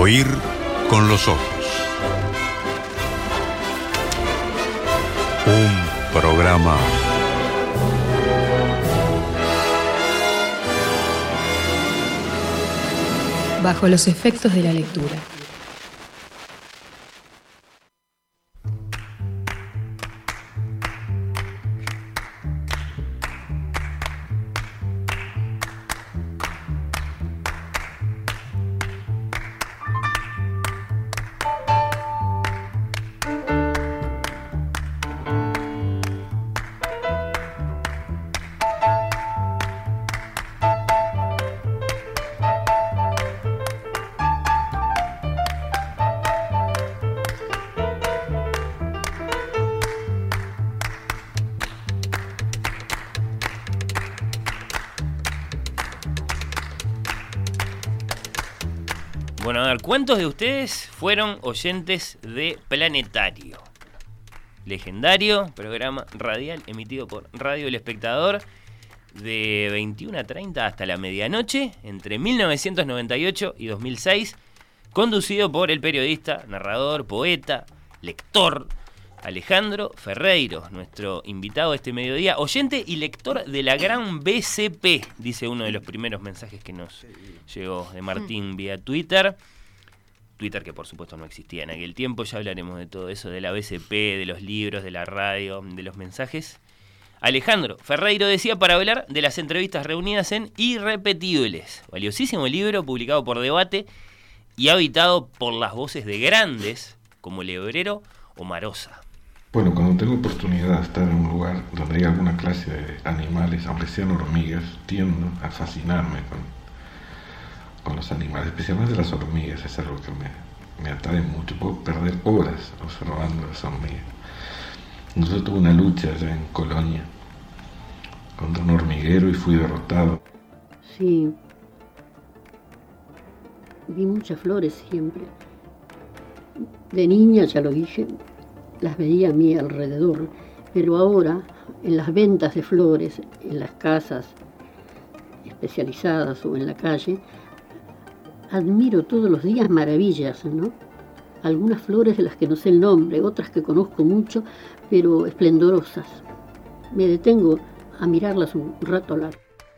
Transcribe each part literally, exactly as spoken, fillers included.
Oír con los ojos. Un programa bajo los efectos de la lectura. Bueno, a ver, ¿cuántos de ustedes fueron oyentes de Planetario? Legendario programa radial emitido por Radio El Espectador de veintiuna a treinta hasta la medianoche, entre mil novecientos noventa y ocho y dos mil seis, conducido por el periodista, narrador, poeta, lector, Alejandro Ferreiro, nuestro invitado este mediodía, oyente y lector de la gran B C P, dice uno de los primeros mensajes que nos llegó de Martín vía Twitter. Twitter que por supuesto no existía en aquel tiempo, ya hablaremos de todo eso, de la B C P, de los libros, de la radio, de los mensajes. Alejandro Ferreiro decía para hablar de las entrevistas reunidas en Irrepetibles, valiosísimo libro publicado por Debate y habitado por las voces de grandes como Lebrero o Marosa. Bueno, cuando tengo oportunidad de estar en un lugar donde hay alguna clase de animales, aunque sean hormigas, tiendo a fascinarme con, con los animales, especialmente las hormigas. Es algo que me, me atrae mucho. Puedo perder horas observando las hormigas. Nosotros tuve una lucha allá en Colonia contra un hormiguero y fui derrotado. Sí, vi muchas flores siempre. De niña, ya lo dije, las veía a mi alrededor, pero ahora en las ventas de flores, en las casas especializadas o en la calle, admiro todos los días maravillas, ¿no? Algunas flores de las que no sé el nombre, otras que conozco mucho, pero esplendorosas. Me detengo a mirarlas un rato largo.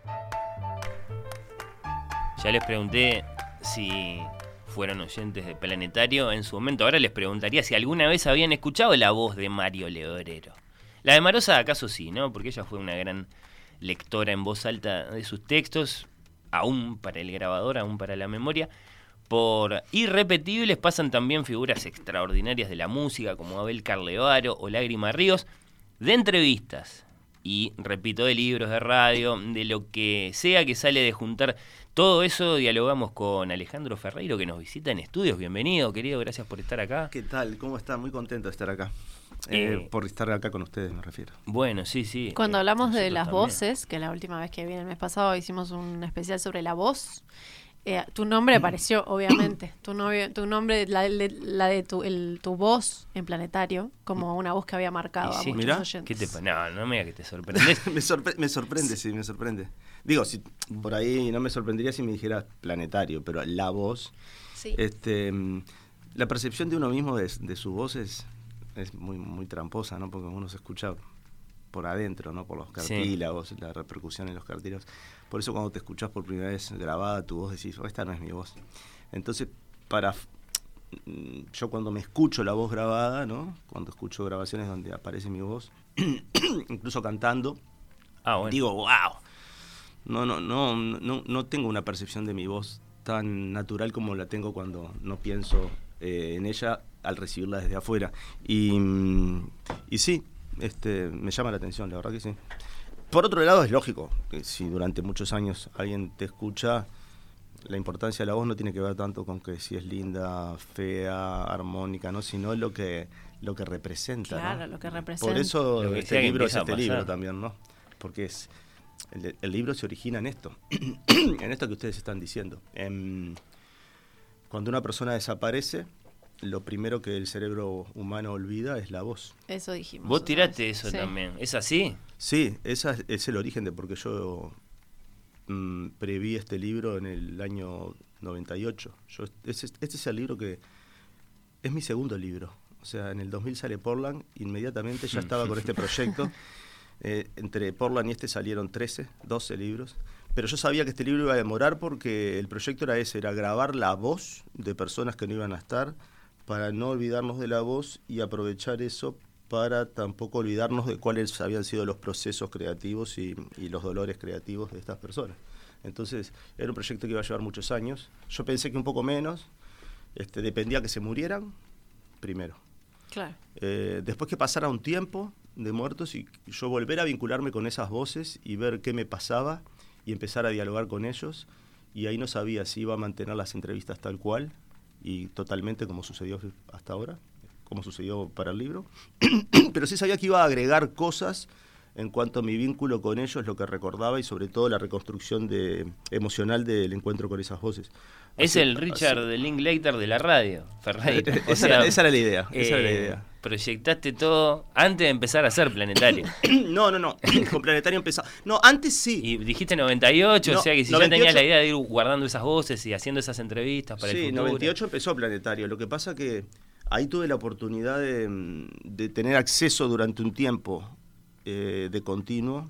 Ya les pregunté si fueron oyentes de Planetario en su momento. Ahora les preguntaría si alguna vez habían escuchado la voz de Mario Lebrero. La de Marosa acaso sí, ¿no? Porque ella fue una gran lectora en voz alta de sus textos, aún para el grabador, aún para la memoria. Por Irrepetibles pasan también figuras extraordinarias de la música, como Abel Carlevaro o Lágrima Ríos, de entrevistas y, repito, de libros, de radio, de lo que sea que sale de juntar todo eso. Dialogamos con Alejandro Ferreiro, que nos visita en estudios. Bienvenido, querido, gracias por estar acá. ¿Qué tal? ¿Cómo está? Muy contento de estar acá. Eh, eh, por estar acá con ustedes, me refiero. Bueno, sí, sí. Cuando eh, hablamos de las también. voces, que la última vez que vine el mes pasado hicimos un especial sobre la voz, eh, tu nombre apareció, obviamente. Tu, novio, tu nombre, la, la de tu, el, tu voz en Planetario, como una voz que había marcado Y a sí, muchos mirá, oyentes. ¿Qué te, no, no me digas que te sorprendes. me, sorpre- me sorprende, sí, me sorprende. Digo, si por ahí no me sorprendería si me dijeras Planetario, pero la voz, Sí. este, la percepción de uno mismo de, de su voz es, es muy, muy tramposa, ¿no? Porque uno se escucha por adentro, ¿no? Por los cartílagos, sí. La repercusión en los cartílagos. Por eso cuando te escuchás por primera vez grabada tu voz decís, oh, esta no es mi voz. Entonces, para yo cuando me escucho la voz grabada, ¿no? Cuando escucho grabaciones donde aparece mi voz, incluso cantando, Ah, bueno. digo, wow. No, no, no, no, no tengo una percepción de mi voz tan natural como la tengo cuando no pienso eh, en ella al recibirla desde afuera. Y, y sí, este, me llama la atención, la verdad que sí. Por otro lado, es lógico que si durante muchos años alguien te escucha, la importancia de la voz no tiene que ver tanto con que si es linda, fea, armónica, ¿no? Sino lo que, lo que representa. Claro, ¿no? lo que representa. Por eso Lo que este sea que libro es empieza a este pasar. libro también, ¿no? Porque es el, el libro se origina en esto, en esto que ustedes están diciendo. En, cuando una persona desaparece, lo primero que el cerebro humano olvida es la voz. Eso dijimos. Vos otra tiraste vez. eso Sí. también. ¿Es así? Sí, ese es el origen de por qué yo mmm, preví este libro en el año noventa y ocho. Yo, este, este es el libro que es mi segundo libro. O sea, en el dos mil sale Portland, inmediatamente ya estaba con este proyecto. Eh, entre Portland y este salieron trece, doce libros. Pero yo sabía que este libro iba a demorar porque el proyecto era ese, era grabar la voz de personas que no iban a estar, para no olvidarnos de la voz y aprovechar eso para tampoco olvidarnos de cuáles habían sido los procesos creativos y, y los dolores creativos de estas personas. Entonces, era un proyecto que iba a llevar muchos años. Yo pensé que un poco menos, este, dependía que se murieran primero. Claro. Eh, después que pasara un tiempo de muertos y yo volver a vincularme con esas voces y ver qué me pasaba y empezar a dialogar con ellos, y ahí no sabía si iba a mantener las entrevistas tal cual y totalmente como sucedió hasta ahora, como sucedió para el libro, pero sí sabía que iba a agregar cosas en cuanto a mi vínculo con ellos, lo que recordaba y sobre todo la reconstrucción de, emocional del encuentro con esas voces. Es así, el Richard así. de Linklater de la radio, Ferreira. Esa, O sea, era, esa era la idea, eh, esa era la idea. Proyectaste todo antes de empezar a hacer Planetario. No, no, no, con Planetario empezaba. No, antes sí. Y dijiste noventa y ocho, No, o sea que si noventa y ocho, ya tenías la idea de ir guardando esas voces y haciendo esas entrevistas para sí, el futuro. noventa y ocho empezó Planetario. Lo que pasa que ahí tuve la oportunidad de, de tener acceso durante un tiempo eh, de continuo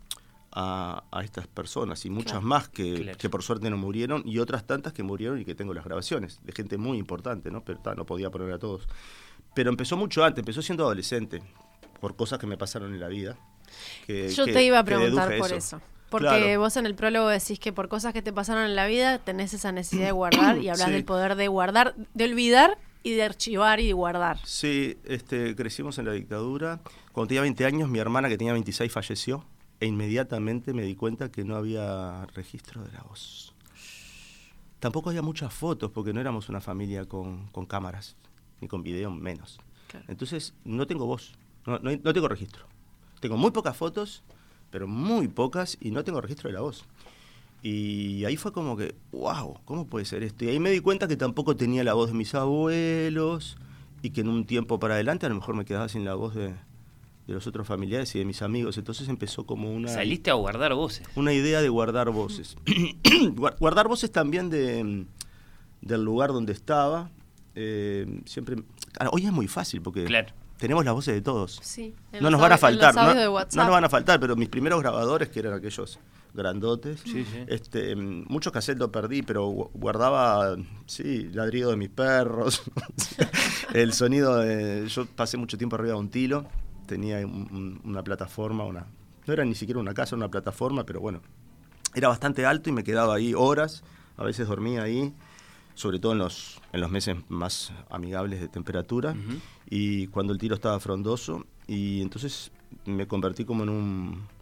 a, a estas personas y muchas Claro. más que, Claro. que por suerte no murieron y otras tantas que murieron y que tengo las grabaciones de gente muy importante, ¿no? Pero ta, no podía poner a todos. Pero empezó mucho antes, empezó siendo adolescente por cosas que me pasaron en la vida. Que, Yo que- te iba a que preguntar deduje por eso. Porque Claro. vos en el prólogo decís que por cosas que te pasaron en la vida tenés esa necesidad de guardar y hablas Sí. del poder de guardar, de olvidar y de archivar y de guardar. Sí, este, crecimos en la dictadura. Cuando tenía veinte años, mi hermana, que tenía veintiséis, falleció. E inmediatamente me di cuenta que no había registro de la voz. Tampoco había muchas fotos, porque no éramos una familia con, con cámaras, ni con video menos. Claro. Entonces, no tengo voz, no, no, no tengo registro. Tengo muy pocas fotos, pero muy pocas, y no tengo registro de la voz. Y ahí fue como que, wow, ¿cómo puede ser esto? Y ahí me di cuenta que tampoco tenía la voz de mis abuelos, y que en un tiempo para adelante a lo mejor me quedaba sin la voz de, de los otros familiares y de mis amigos. Entonces empezó como una... Saliste a guardar voces. Una idea de guardar voces. Guardar voces también de, del lugar donde estaba. Eh, siempre. Claro, hoy es muy fácil porque Claro. tenemos las voces de todos. Sí. en No los nos van a audios- en faltar. los No, audios de no WhatsApp. nos van a faltar, pero mis primeros grabadores, que eran aquellos grandotes, Sí, sí. este, muchos cassettes los perdí, pero gu- guardaba, sí, ladrido de mis perros, el sonido de... Yo pasé mucho tiempo arriba de un tilo, tenía un- un- una plataforma, una no era ni siquiera una casa, era una plataforma, pero bueno, era bastante alto y me quedaba ahí horas, a veces dormía ahí, sobre todo en los, en los meses más amigables de temperatura, Ujú. y cuando el tiro estaba frondoso, y entonces me convertí como en un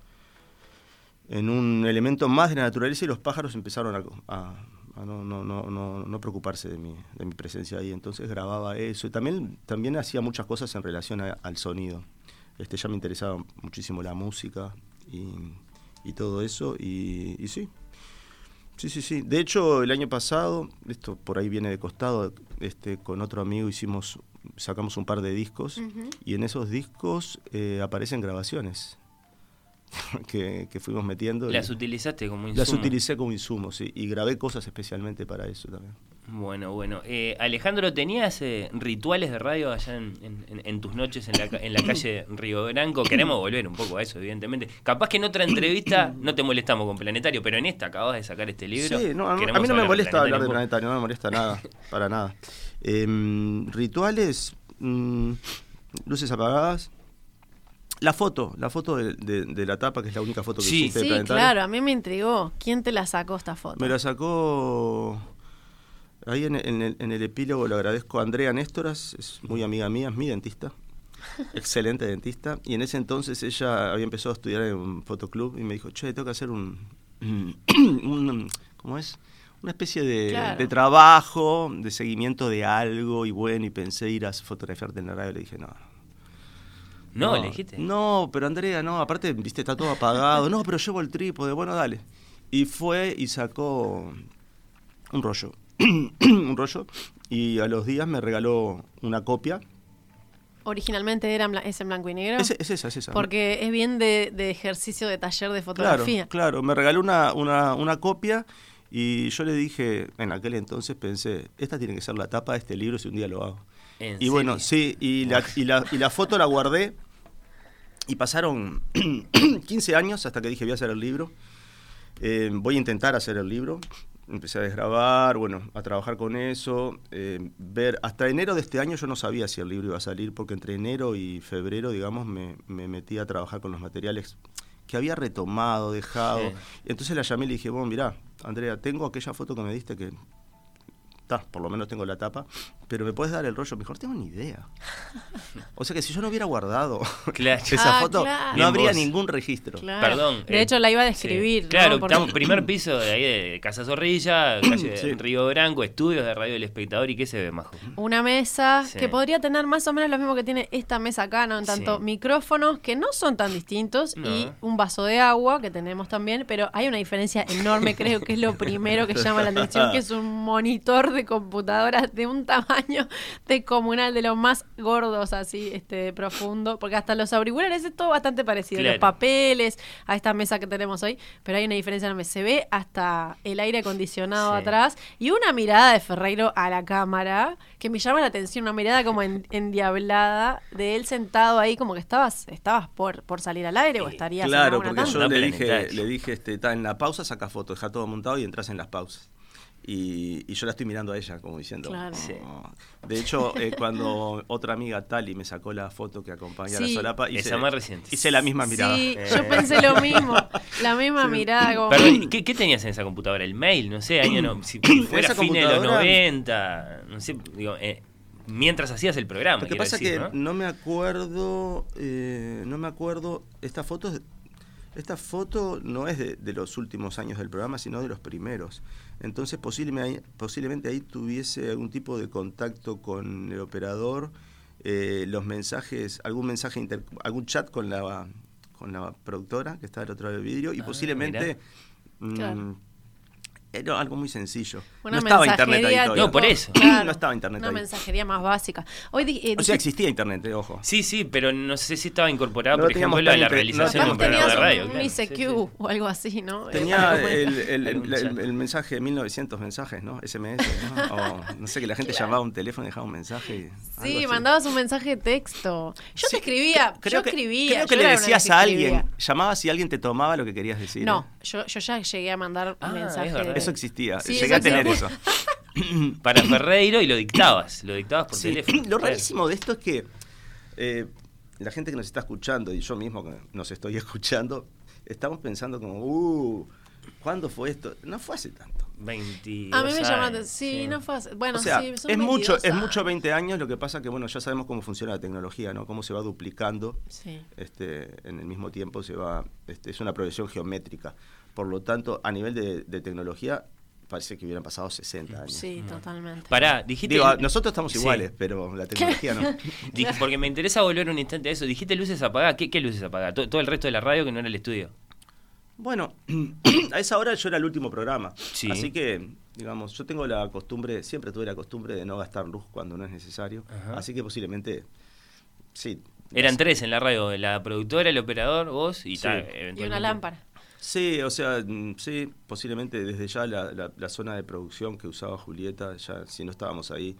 en un elemento más de la naturaleza, y los pájaros empezaron a, a, a no, no, no, no, no preocuparse de mi, de mi presencia ahí. Entonces grababa eso, y también, también hacía muchas cosas en relación a, al sonido. Este, ya me interesaba muchísimo la música y, y todo eso, y, y sí. Sí, sí, sí. De hecho, el año pasado, esto por ahí viene de costado, este, con otro amigo hicimos, sacamos un par de discos, Ujú. y en esos discos eh, aparecen grabaciones que, que fuimos metiendo. Las y utilizaste como insumo. las utilicé como insumo, sí, y grabé cosas especialmente para eso también. Bueno, bueno. Eh, Alejandro, ¿tenías eh, rituales de radio allá en, en- en tus noches en la, ca- en la calle Río Branco? Queremos volver un poco a eso, evidentemente. Capaz que en otra entrevista no te molestamos con Planetario, pero en esta acabas de sacar este libro. Sí, no, a, Queremos a mí no me hablar de molesta hablar de un poco. Planetario, no me molesta nada, para nada. Em, rituales, mm, luces apagadas. La foto, la foto de, de- de la tapa, que es la única foto que Sí. existe de Sí, Planetario. claro, a mí me intrigó. ¿Quién te la sacó esta foto? Me la sacó ahí en, en el, en el epílogo, lo agradezco a Andrea Néstoras, es muy amiga mía, es mi dentista, excelente dentista, y en ese entonces ella había empezado a estudiar en un fotoclub y me dijo, che, tengo que hacer un, un ¿cómo es? Una especie de, Claro. de trabajo, de seguimiento de algo, y bueno, y pensé ir a fotografiarte en la radio, y le dije, no, No, le dijiste. no, pero Andrea, no, aparte, viste, está todo apagado. No, pero llevo el trípode, bueno, dale. Y fue y sacó un rollo. un rollo. Y a los días me regaló una copia Originalmente era en bla- es en blanco y negro. Es, es esa, es esa. Porque es bien de, de ejercicio de taller de fotografía. Claro, claro. Me regaló una, una, una copia y yo le dije, en aquel entonces pensé, esta tiene que ser la tapa de este libro si un día lo hago. ¿En Y bueno, serio? sí, y la, y, la, y la foto la guardé y pasaron quince años hasta que dije voy a hacer el libro. Eh, voy a intentar hacer el libro. Empecé a desgrabar, bueno, a trabajar con eso, eh, ver, hasta enero de este año yo no sabía si el libro iba a salir, porque entre enero y febrero, digamos, me, me metí a trabajar con los materiales que había retomado, dejado. Sí. Entonces la llamé y le dije, bueno, mirá, Andrea, tengo aquella foto que me diste que, ta, por lo menos tengo la tapa, pero ¿me puedes dar el rollo? Mejor tengo ni idea. O sea que si yo no hubiera guardado Claro. esa Ah, foto, claro. no Bien habría vos. ningún registro. Claro. Perdón. De eh, hecho, la iba a sí. describir. ¿no? Claro, Porque- estamos primer piso de ahí de Casa Zorrilla, calle Sí. Río Branco, estudios de Radio El Espectador. ¿Y qué se ve, Majo? Una mesa Sí. que podría tener más o menos lo mismo que tiene esta mesa acá, ¿no? En tanto Sí. micrófonos que no son tan distintos No. y un vaso de agua que tenemos también, pero hay una diferencia enorme, creo que es lo primero que llama la atención, que es un monitor de computadora de un tamaño descomunal, de los más gordos, así, este, profundo, porque hasta los auriculares es todo bastante parecido, Claro. los papeles, a esta mesa que tenemos hoy, pero hay una diferencia enorme, se ve hasta el aire acondicionado Sí. atrás y una mirada de Ferreiro a la cámara que me llama la atención, una mirada como en- endiablada de él sentado ahí, como que estabas estabas por, por salir al aire o estarías Claro, en alguna porque tanda. yo tanda. le No, dije, planetario. le dije, este, está en la pausa, saca foto, deja todo montado y entras en las pausas. Y, y yo la estoy mirando a ella, como diciendo. Claro. Sí. "Oh". De hecho, eh, cuando otra amiga Tali me sacó la foto que acompaña a la Sí. solapa, hice, Esa más reciente. hice la misma mirada. Sí, Eh. yo pensé lo mismo, la misma mirada. Como, Perdón, ¿qué, qué tenías en esa computadora? ¿El mail? No sé, año no, si fuera Esa fines de los computadora- noventa, no sé, digo, eh, mientras hacías el programa. Lo que quiero pasa decir, que ¿no? no me acuerdo, eh, no me acuerdo, esta foto, es- esta foto no es de, de los últimos años del programa, sino de los primeros. Entonces posiblemente, posiblemente ahí tuviese algún tipo de contacto con el operador, eh, los mensajes, algún mensaje, inter- algún chat con la, con la productora que está del otro lado del vidrio y Ah, posiblemente... mm, Claro. Era algo muy sencillo. Una no estaba internet ahí mensajería todavía. No, por eso. Claro, No estaba internet Una ahí. mensajería más básica. Hoy di- eh, O sea, dijiste- existía internet, eh, ojo. Sí, sí, pero no sé si estaba incorporada, No por teníamos ejemplo, a la tan inte- no realización de capaz un programa de tenías radio. un, claro. un Sí, I C sí, Q sí. o algo así, ¿no? Tenía Eh, el, el- Algún el- chat. el mensaje de mil novecientos mensajes, ¿no? S M S, ¿no? O no sé, que la gente llamaba a un teléfono y dejaba un mensaje. y algo Sí, así. mandabas un mensaje de texto. Yo Sí, te escribía, creo yo que, escribía. Creo que yo le era una decías que a escribía. alguien, llamabas y alguien te tomaba lo que querías decir. No, ¿eh? yo, yo ya llegué a mandar Ah, mensajes. es verdad. Eso existía, Sí, llegué eso a tener existía. eso. Para Ferreiro y lo dictabas, lo dictabas por Sí. teléfono. Lo Claro. rarísimo de esto es que eh, la gente que nos está escuchando, y yo mismo que nos estoy escuchando, estamos pensando como, uh, ¿cuándo fue esto? No fue hace tanto. veintidós A mí me llama años, sí, no fue hace- Bueno, o sea, sí, son es mucho, veintidós es mucho años. veinte años, lo que pasa que, bueno, ya sabemos cómo funciona la tecnología, ¿no? Cómo se va duplicando, Sí. este, en el mismo tiempo se va, este, es una progresión geométrica. Por lo tanto, a nivel de, de tecnología, parece que hubieran pasado sesenta años. Sí, totalmente. Pará, dijiste. Digo, nosotros estamos Sí. iguales, pero la tecnología no. Dije- porque me interesa volver un instante a eso. Dijiste luces apagadas. ¿Qué, qué luces apagadas? ¿Todo, todo el resto de la radio que no era el estudio? Bueno, a esa hora yo era el último programa. Sí. Así que, digamos, yo tengo la costumbre, siempre tuve la costumbre de no gastar luz cuando no es necesario. Ajá. Así que posiblemente, sí. Eran tres en la radio: la productora, el operador, vos y Sí. tal. Y una eventualmente. lámpara. Sí, o sea, mm, sí, posiblemente desde ya la, la- la zona de producción que usaba Julieta, ya si no estábamos ahí,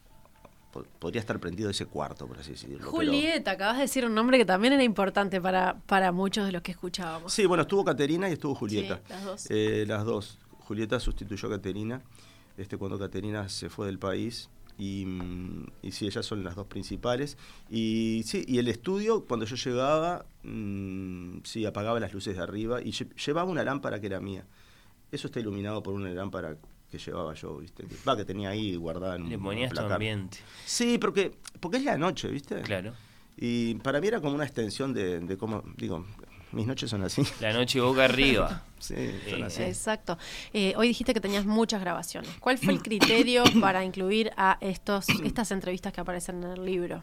po- podría estar prendido ese cuarto, por así decirlo. pero- Julieta, acabas de decir un nombre que también era importante para, para muchos de los que escuchábamos. Sí, bueno, estuvo Caterina y estuvo Julieta. Sí, las dos. Eh, las dos. Julieta sustituyó a Caterina este, cuando Caterina se fue del país. Y, mm, y sí, ellas son las dos principales. Y sí, y el estudio, cuando yo llegaba, mm, sí, apagaba las luces de arriba y lle- llevaba una lámpara que era mía. Eso está iluminado por una lámpara que llevaba yo, ¿viste? Que, va, que tenía ahí guardada en un Le ponías tu placar. ambiente. Sí, porque, porque es la noche, ¿viste? Claro. Y para mí era como una extensión de, de cómo, digo, mis noches son así. La noche boca arriba. Sí, son Eh, así. Exacto. Eh, hoy dijiste que tenías muchas grabaciones. ¿Cuál fue el criterio para incluir a estos estas entrevistas que aparecen en el libro?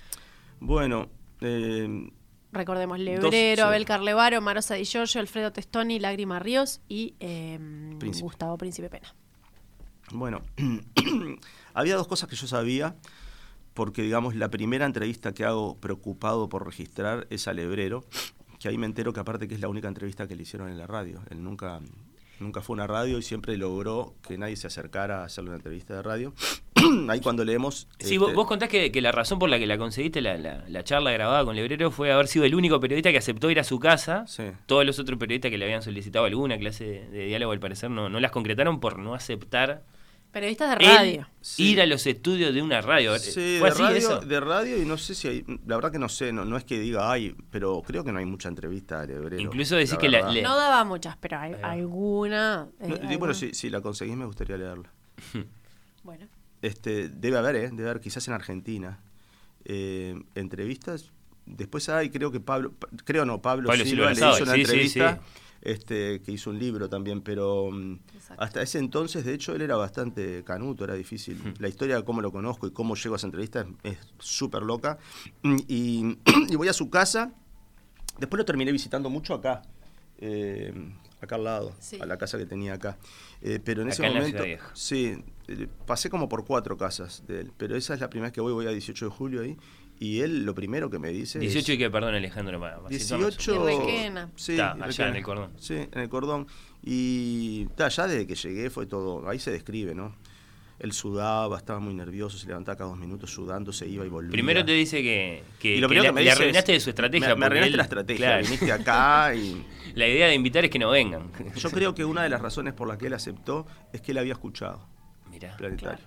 Bueno, eh, Recordemos, Dos, Lebrero, sí. Abel Carlevaro, Marosa Di Giorgio, Alfredo Testoni, Lágrima Ríos y eh, Príncipe. Gustavo Príncipe Pena. bueno, había dos cosas que yo sabía. porque, digamos, la primera entrevista que hago preocupado por registrar es al Lebrero, que ahí me entero que aparte que es la única entrevista que le hicieron en la radio. Él nunca, nunca fue a una radio y siempre logró que nadie se acercara a hacerle una entrevista de radio. Ahí cuando leemos... Sí, este, vos, vos contás que, que la razón por la que la conseguiste, la, la, la charla grabada con Lebrero, fue haber sido el único periodista que aceptó ir a su casa. Sí. Todos los otros periodistas que le habían solicitado alguna clase de, de diálogo, al parecer, no, no las concretaron por no aceptar... Periodistas de radio. Sí. Ir a los estudios de una radio. Sí, ¿Fue de así radio, eso? de radio y no sé si hay, la verdad que no sé, no, no es que diga ay, pero creo que no hay mucha entrevista a Lebrero. Incluso decís la que la, verdad. le- No daba muchas, pero hay, Ahí va. alguna. eh, No, y alguna. bueno, si, si la conseguís me gustaría leerla. Bueno. Este, debe haber, ¿eh? Debe haber, quizás en Argentina. Eh, entrevistas. Después hay, creo que Pablo, creo no, Pablo, Pablo Silva, Silva le hizo Lozada, una sí, sí, entrevista, sí. este, que hizo un libro también, pero mm, Exacto. hasta ese entonces, de hecho, él era bastante canuto, era difícil. La historia de cómo lo conozco y cómo llego a esa entrevista es es súper loca. Y, y voy a su casa, después lo terminé visitando mucho acá, eh, acá al lado, Sí. a la casa que tenía acá. Eh, pero en ese Acá en la momento, Ciudad Vieja. sí, eh, pasé como por cuatro casas de él, pero esa es la primera vez que voy, voy a dieciocho de julio ahí, y él lo primero que me dice dieciocho es... y que, perdón Alejandro, para, para situarnos. dieciocho... Y Requena. Sí, Está, y allá Requena. en el Cordón. Sí, en el Cordón. Y ta, ya desde que llegué fue todo, ahí se describe, ¿no? Él sudaba, estaba muy nervioso, se levantaba cada dos minutos sudando, se iba y volvía. Primero te dice que, que, Y lo que primero le, que me le dice es, arruinaste de su estrategia. Me, me porque arruinaste él- la estrategia, claro. viniste acá y... La idea de invitar es que no vengan. Yo creo que una de las razones por las que él aceptó es que él había escuchado Mirá. Planetario.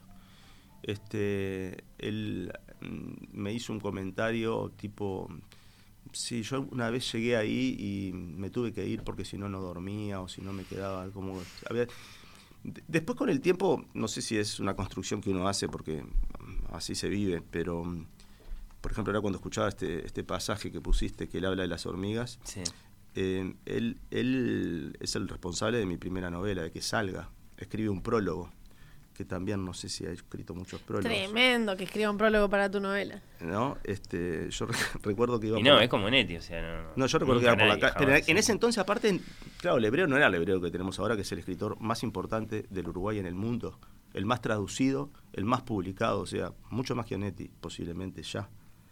Este, él mm, me hizo un comentario tipo, sí, yo una vez llegué ahí y me tuve que ir porque si no no dormía o si no me quedaba como... había- de- Después con el tiempo, no sé si es una construcción que uno hace porque mm, así se vive, pero mm, por ejemplo ahora cuando escuchaba este, este pasaje que pusiste que él habla de las hormigas, Sí. eh, él, él es el responsable de mi primera novela, de que salga, escribe un prólogo, que también no sé si ha escrito muchos prólogos. Tremendo que escriba un prólogo para tu novela. ¿No? Este, yo re- recuerdo que iba Y por no, la- es como Neti, o sea, no. No, yo recuerdo que nunca iba por la nadie, calle. Pero jamás, en sí. ese entonces, aparte, claro, Lebrero no era el Lebrero que tenemos ahora, que es el escritor más importante del Uruguay en el mundo, el más traducido, el más publicado, o sea, mucho más que Onetti, posiblemente ya.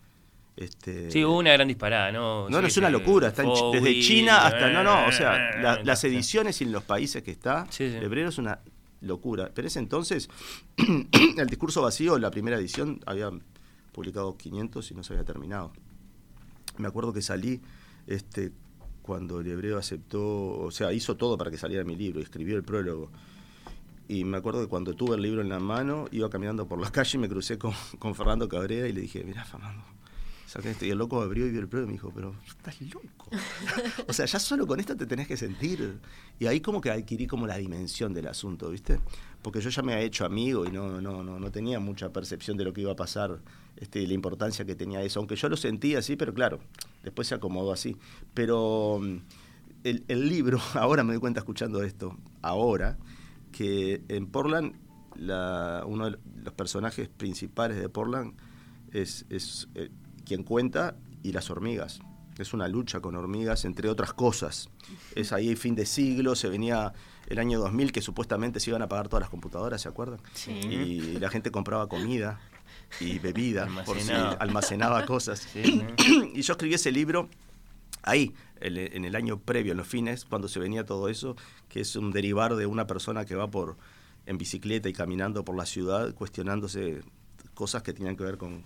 Este, Sí, hubo una gran disparada, ¿no? No, Sí, no, es una sí, locura. Está en Ch- Bowie, desde China hasta... No, no, o sea, eh, la- las sí. ediciones y en los países que está, Sí, sí. Lebrero es una locura. Pero ese entonces, el discurso vacío, la primera edición, había publicado quinientos y no se había terminado. Me acuerdo que salí este, cuando Lebrero aceptó, o sea, hizo todo para que saliera mi libro, escribió el prólogo. Y me acuerdo que cuando tuve el libro en la mano, iba caminando por la calle y me crucé con, con Fernando Cabrera y le dije, mirá, Fernando, saca esto. Y el loco abrió y vio el prólogo y me dijo, pero estás loco. O sea, ya solo con esto te tenés que sentir. Y ahí como que adquirí como la dimensión del asunto, ¿viste? Porque yo ya me había hecho amigo y no, no, no, no tenía mucha percepción de lo que iba a pasar, este, la importancia que tenía eso. Aunque yo lo sentía así, pero claro, después se acomodó así. Pero mm, el, el libro, ahora me doy cuenta escuchando esto, ahora, que en Portland, la, uno de los personajes principales de Portland es, es eh, quien cuenta y las hormigas. Es una lucha con hormigas, entre otras cosas. Es ahí fin de siglo, se venía el año dos mil, que supuestamente se iban a apagar todas las computadoras, ¿se acuerdan? Sí. Y la gente compraba comida y bebida, por si Almacenaba. almacenaba cosas. Sí, ¿no? Y yo escribí ese libro ahí, el- en el año previo, en los fines, cuando se venía todo eso, que es un derivar de una persona que va por en bicicleta y caminando por la ciudad, cuestionándose cosas que tenían que ver con,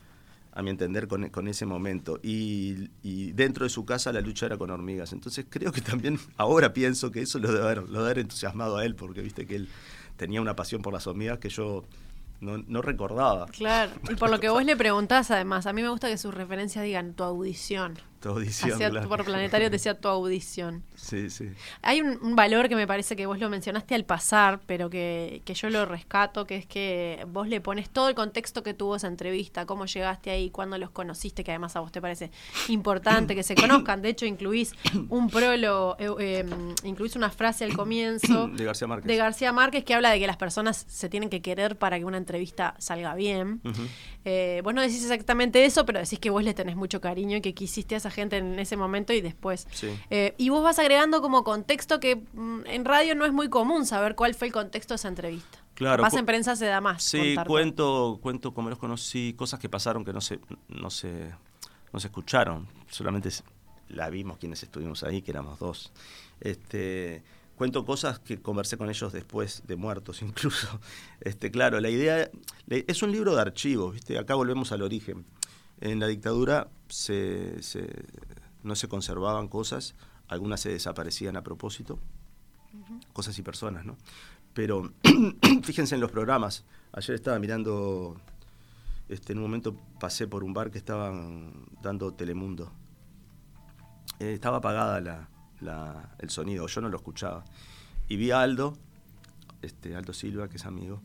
a mi entender, con, con ese momento. Y, y dentro de su casa la lucha era con hormigas. Entonces creo que también ahora pienso que eso lo debe haber, lo debe haber entusiasmado a él, porque viste que él tenía una pasión por las hormigas que yo no, no recordaba. Claro. Y por lo que vos le preguntás, además, a mí me gusta que sus referencias digan tu audición. Tu audición, Hacia, claro. por Planetario te decía tu audición. Sí, sí. Hay un, un valor que me parece que vos lo mencionaste al pasar, pero que, que yo lo rescato, que es que vos le pones todo el contexto que tuvo esa entrevista, cómo llegaste ahí, cuándo los conociste, que además a vos te parece importante que se conozcan. De hecho, incluís un prólogo, eh, eh, incluís una frase al comienzo De García Márquez. de García Márquez que habla de que las personas se tienen que querer para que una entrevista salga bien. Ujú. Eh, vos no decís exactamente eso, pero decís que vos le tenés mucho cariño y que quisiste a esa gente en ese momento y después. Sí. Eh, y vos vas agregando como contexto que mm, en radio no es muy común saber cuál fue el contexto de esa entrevista. Claro, Capaz en prensa se da más. Sí, contar cuento, cuento como los conocí, cosas que pasaron que no se, no se, no se escucharon, solamente la vimos quienes estuvimos ahí, que éramos dos. Este, cuento cosas que conversé con ellos después de muertos incluso. Este, claro, la idea es un libro de archivos, ¿viste? Acá volvemos al origen. En la dictadura se, se, no se conservaban cosas, algunas se desaparecían a propósito, uh-huh. cosas y personas, ¿no? Pero fíjense en los programas. Ayer estaba mirando, este, en un momento pasé por un bar que estaban dando Telemundo. Eh, estaba apagada la, la, el sonido, yo no lo escuchaba. Y vi a Aldo, este, Aldo Silva, que es amigo,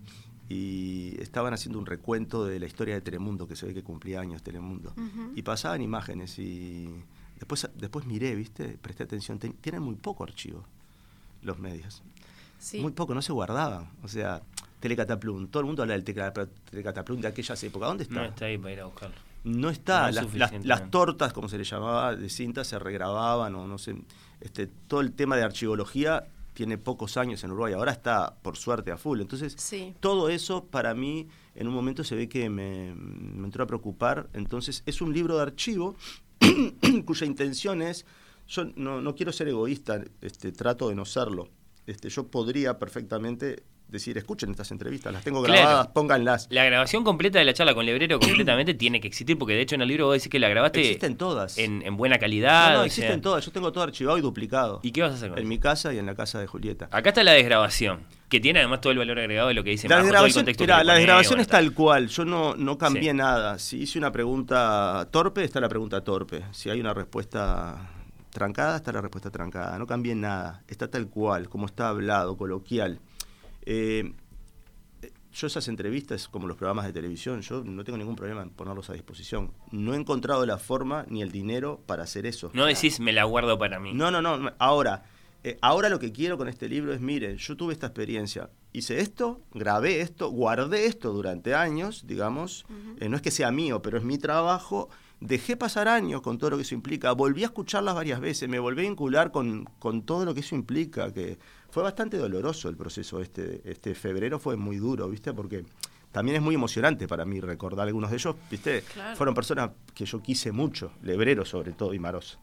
y estaban haciendo un recuento de la historia de Telemundo, que se ve que cumplía años Telemundo. Uh-huh. Y pasaban imágenes y después, después miré, ¿viste? Presté atención. Ten, tienen muy poco archivo los medios. Sí. Muy poco, no se guardaban. O sea, Telecataplum, todo el mundo habla del Telecataplum de aquellas épocas. ¿Dónde está? No está ahí para ir a buscarlo. No está. No las, las, las tortas, como se le llamaba, de cinta se regrababan o no sé. Este, todo el tema de archivología tiene pocos años en Uruguay. Ahora está, por suerte, a full. Entonces, sí. todo eso para mí, en un momento se ve que me, me entró a preocupar. Entonces, es un libro de archivo cuya intención es... Yo no, no quiero ser egoísta, este, trato de no serlo. Este, yo podría perfectamente decir, escuchen estas entrevistas, las tengo grabadas, claro. pónganlas. La grabación completa de la charla con Lebrero completamente tiene que existir, porque de hecho en el libro vos decís que la grabaste... Existen todas. En, en buena calidad. No, no, existen sea... todas. Yo tengo todo archivado y duplicado. ¿Y qué vas a hacer con En eso? mi casa y en la casa de Julieta. Acá está la desgrabación, que tiene además todo el valor agregado de lo que dice la Majo, desgrabación, todo el contexto mira, que la pone, desgrabación bueno, es tal cual. Yo no, no cambié sí. nada. Si hice una pregunta torpe, está la pregunta torpe. Si hay una respuesta... trancada, está la respuesta trancada, no cambié nada, está tal cual, como está hablado, coloquial. Eh, yo esas entrevistas, como los programas de televisión, yo no tengo ningún problema en ponerlos a disposición. No he encontrado la forma ni el dinero para hacer eso. No decís, me la guardo para mí. No, no, no, ahora, eh, ahora lo que quiero con este libro es, miren, yo tuve esta experiencia, hice esto, grabé esto, guardé esto durante años, digamos, uh-huh. eh, no es que sea mío, pero es mi trabajo. Dejé pasar años con todo lo que eso implica, volví a escucharlas varias veces, me volví a vincular con, con todo lo que eso implica, que fue bastante doloroso el proceso este, este febrero, fue muy duro, ¿viste? Porque también es muy emocionante para mí recordar algunos de ellos, ¿viste? Claro. Fueron personas que yo quise mucho, Lebrero sobre todo y Marosa.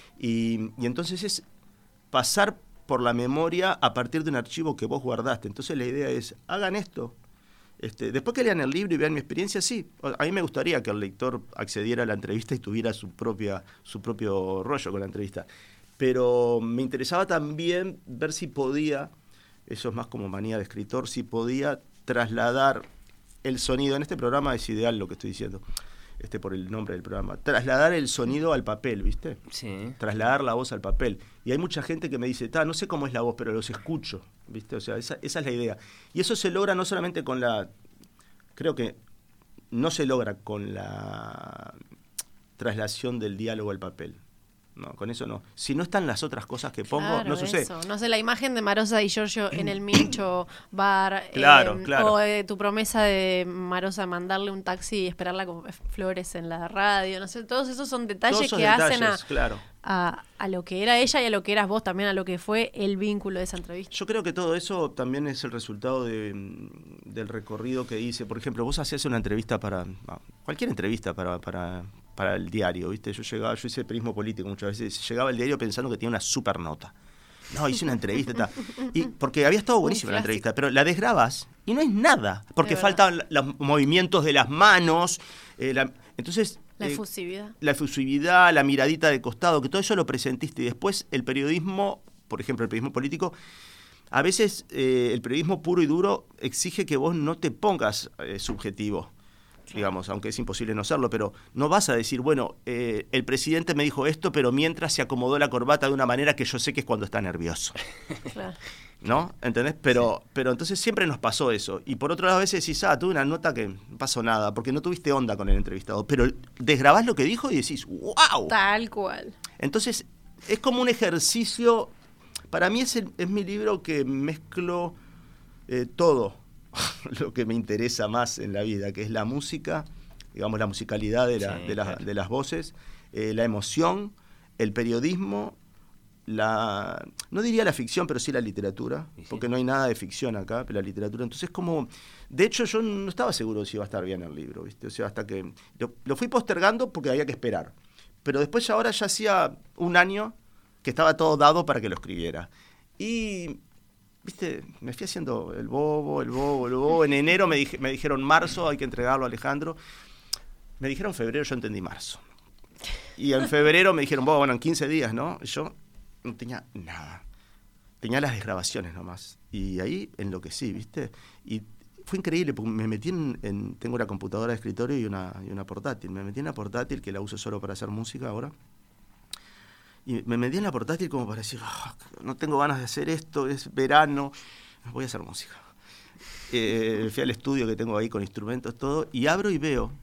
Y, y entonces es pasar por la memoria a partir de un archivo que vos guardaste. Entonces la idea es, hagan esto. Este, después que lean el libro y vean mi experiencia, sí, a mí me gustaría que el lector accediera a la entrevista y tuviera su propia su propio rollo con la entrevista. Pero me interesaba también ver si podía, eso es más como manía de escritor, si podía trasladar el sonido. En este programa es ideal lo que estoy diciendo, este por el nombre del programa. Trasladar el sonido al papel, ¿viste? Sí. Trasladar la voz al papel. Y hay mucha gente que me dice, ta, no sé cómo es la voz, pero los escucho, ¿viste? O sea, esa, esa es la idea. Y eso se logra no solamente con la... Creo que no se logra con la traslación del diálogo al papel. No, con eso no. Si no están las otras cosas que pongo, claro, no sucede. Eso. No sé, la imagen de Marosa y Giorgio en el Mincho bar. Claro, eh, claro. O eh, tu promesa de Marosa mandarle un taxi y esperarla con flores en la radio. No sé, todos esos son detalles todos esos que detalles, hacen a, claro. a, a lo que era ella y a lo que eras vos también, a lo que fue el vínculo de esa entrevista. Yo creo que todo eso también es el resultado de, del recorrido que hice. Por ejemplo, vos hacías una entrevista para... Cualquier entrevista para... para para el diario, ¿viste? Yo llegaba, yo hice periodismo político muchas veces, llegaba al diario pensando que tenía una super nota. No, hice una entrevista, ta. Y porque había estado buenísima la entrevista, pero la desgrabas y no es nada, porque faltan los movimientos de las manos, eh, la, entonces... La eh, efusividad. La efusividad, la miradita de costado, que todo eso lo presentiste y después el periodismo, por ejemplo, el periodismo político, a veces eh, el periodismo puro y duro exige que vos no te pongas eh, subjetivo. Digamos, aunque es imposible no serlo, pero no vas a decir, bueno, eh, el presidente me dijo esto, pero mientras se acomodó la corbata de una manera que yo sé que es cuando está nervioso. Claro. ¿No? ¿Entendés? Pero, sí. pero entonces siempre nos pasó eso. Y por otro lado, a veces decís, ah, tuve una nota que no pasó nada, porque no tuviste onda con el entrevistado. Pero desgrabás lo que dijo y decís, ¡wow! Tal cual. Entonces, es como un ejercicio. Para mí es, el, es mi libro que mezclo eh, todo. Lo que me interesa más en la vida, que es la música, digamos la musicalidad de, la, sí, de, la, claro. de las voces, eh, la emoción, el periodismo la, no diría la ficción, pero sí la literatura, ¿Y sí? porque no hay nada de ficción acá, pero la literatura. Entonces, como, de hecho, yo no estaba seguro si iba a estar bien el libro, ¿viste? O sea, hasta que lo, lo fui postergando porque había que esperar. Pero después, ahora ya hacía un año que estaba todo dado para que lo escribiera. Y, viste, me fui haciendo el bobo, el bobo, el bobo. En enero me, dije, me dijeron marzo, hay que entregarlo a Alejandro. Me dijeron febrero, yo entendí marzo. Y en febrero me dijeron, bueno, en quince días, ¿no? Yo no tenía nada. Tenía las desgrabaciones nomás. Y ahí enloquecí, ¿viste? Y fue increíble, porque me metí en... en tengo una computadora de escritorio y una, y una portátil. Me metí en la portátil, que la uso solo para hacer música ahora. Y me metí en la portátil como para decir, oh, no tengo ganas de hacer esto, es verano, voy a hacer música. Eh, fui al estudio que tengo ahí con instrumentos, todo, y abro y veo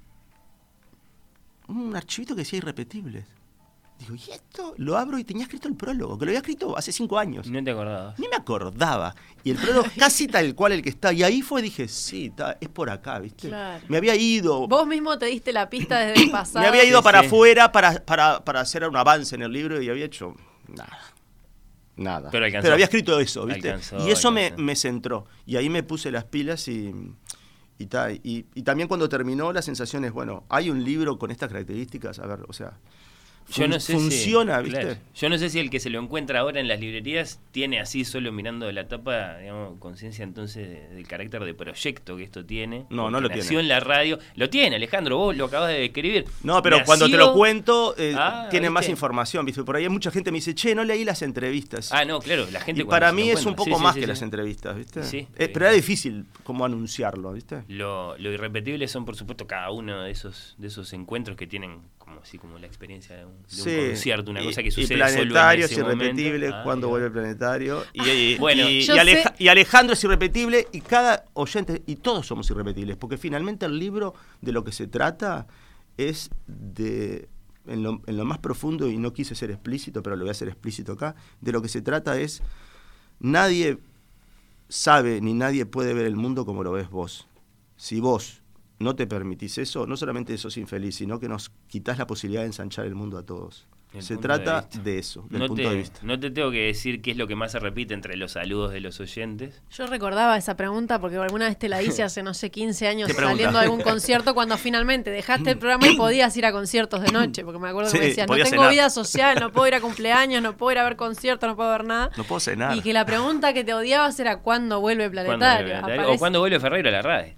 un archivito que decía irrepetibles. Digo, ¿y esto? Lo abro y tenía escrito el prólogo, que lo había escrito hace cinco años. No te acordabas. Ni me acordaba. Y el prólogo casi tal cual el que está. Y ahí fue, dije, sí, ta, es por acá, ¿viste? Claro. Me había ido... Vos mismo te diste la pista desde el pasado. Me había ido Sí, para sí. afuera para, para, para hacer un avance en el libro y había hecho nada. Nada. Pero alcanzó. había escrito eso, ¿viste? Alcanzó, y eso me, alcanzó. me centró. Y ahí me puse las pilas y... Y, ta, y, y también cuando terminó la sensación es, bueno, hay un libro con estas características, a ver, o sea... Yo fun- no sé funciona, si, ¿viste? claro. Yo no sé si el que se lo encuentra ahora en las librerías tiene así, solo mirando la tapa, digamos, conciencia entonces de- del carácter de proyecto que esto tiene. No, no lo nació tiene. en la radio. Lo tiene, Alejandro, vos lo acabas de escribir. No, pero Nació- cuando te lo cuento, eh, Ah, tiene ¿viste? más información, ¿viste? Por ahí mucha gente me dice, che, no leí las entrevistas. Ah, no, claro, la gente Y cuando para se mí lo es un encuentra. poco Sí, sí, más sí, que sí. las entrevistas, ¿viste? Sí, Eh, eh, pero era difícil como anunciarlo, ¿viste? Lo, lo irrepetible son, por supuesto, cada uno de esos de esos encuentros que tienen como así como la experiencia de un, de un Sí, concierto, una y- cosa que y sucede Planetario solo en es ese irrepetible, momento. Ah, cuando ahí va. vuelve el Planetario. Y, y- Bueno, y- yo y Aleja- sé- y Alejandro es irrepetible y cada oyente, y todos somos irrepetibles, porque finalmente el libro de lo que se trata es de, en lo, en lo más profundo, y no quise ser explícito, pero lo voy a hacer explícito acá, de lo que se trata es, nadie sabe ni nadie puede ver el mundo como lo ves vos. Si vos no te permitís eso, no solamente sos infeliz, sino que nos quitas la posibilidad de ensanchar el mundo a todos. El Se punto de trata vista. de, eso, del No punto te, de vista. no te tengo que decir qué es lo que más se repite entre los saludos de los oyentes. Yo recordaba esa pregunta porque alguna vez te la hice hace, no sé, quince años ¿Qué pregunta? saliendo de algún concierto cuando finalmente dejaste el programa y podías ir a conciertos de noche. Porque me acuerdo que Sí, me decías, no podía tengo cenar. vida social, no puedo ir a cumpleaños, no puedo ir a ver conciertos, no puedo ver nada. No puedo cenar. Y que la pregunta que te odiabas era ¿cuándo vuelve ¿Cuándo Planetario? vuelve Planetario? Aparece- O cuándo vuelve Ferreiro a la radio.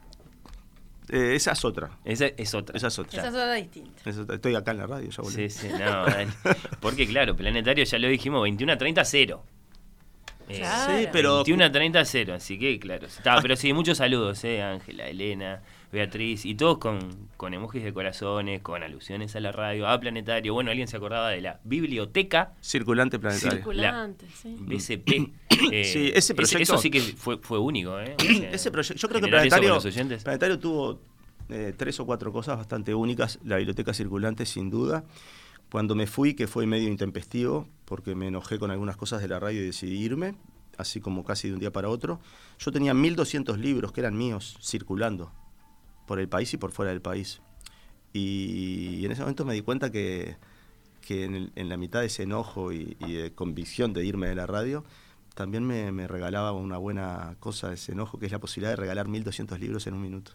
Eh, esa es otra. Esa es otra. Esa es otra. Esa es otra distinta. Esa es otra. Estoy acá en la radio, ya volví. Sí, sí, no, dale. Porque claro, Planetario ya lo dijimos, veintiuno a treinta, cero. Eh, Claro. Sí, pero- veintiuno a treinta, cero, así que claro. Está, pero sí, muchos saludos, eh, Ángela, Elena, Beatriz, y todos con, con emojis de corazones, con alusiones a la radio, a Planetario. Bueno, alguien se acordaba de la biblioteca Circulante planetario. Circulante, sí. B C P. Eh, Sí, ese proyecto- Eso sí que fue, fue único, ¿eh? O sea, Ese proyecto, yo creo que generar eso con Planetario, los oyentes. Planetario tuvo eh, tres o cuatro cosas bastante únicas. La biblioteca circulante, sin duda. Cuando me fui, que fue medio intempestivo, porque me enojé con algunas cosas de la radio y decidí irme, así como casi de un día para otro, yo tenía mil doscientos libros que eran míos circulando por el país y por fuera del país. Y en ese momento me di cuenta que, que en, el- en la mitad de ese enojo y, y de convicción de irme de la radio, también me, me regalaba una buena cosa de ese enojo, que es la posibilidad de regalar mil doscientos libros en un minuto.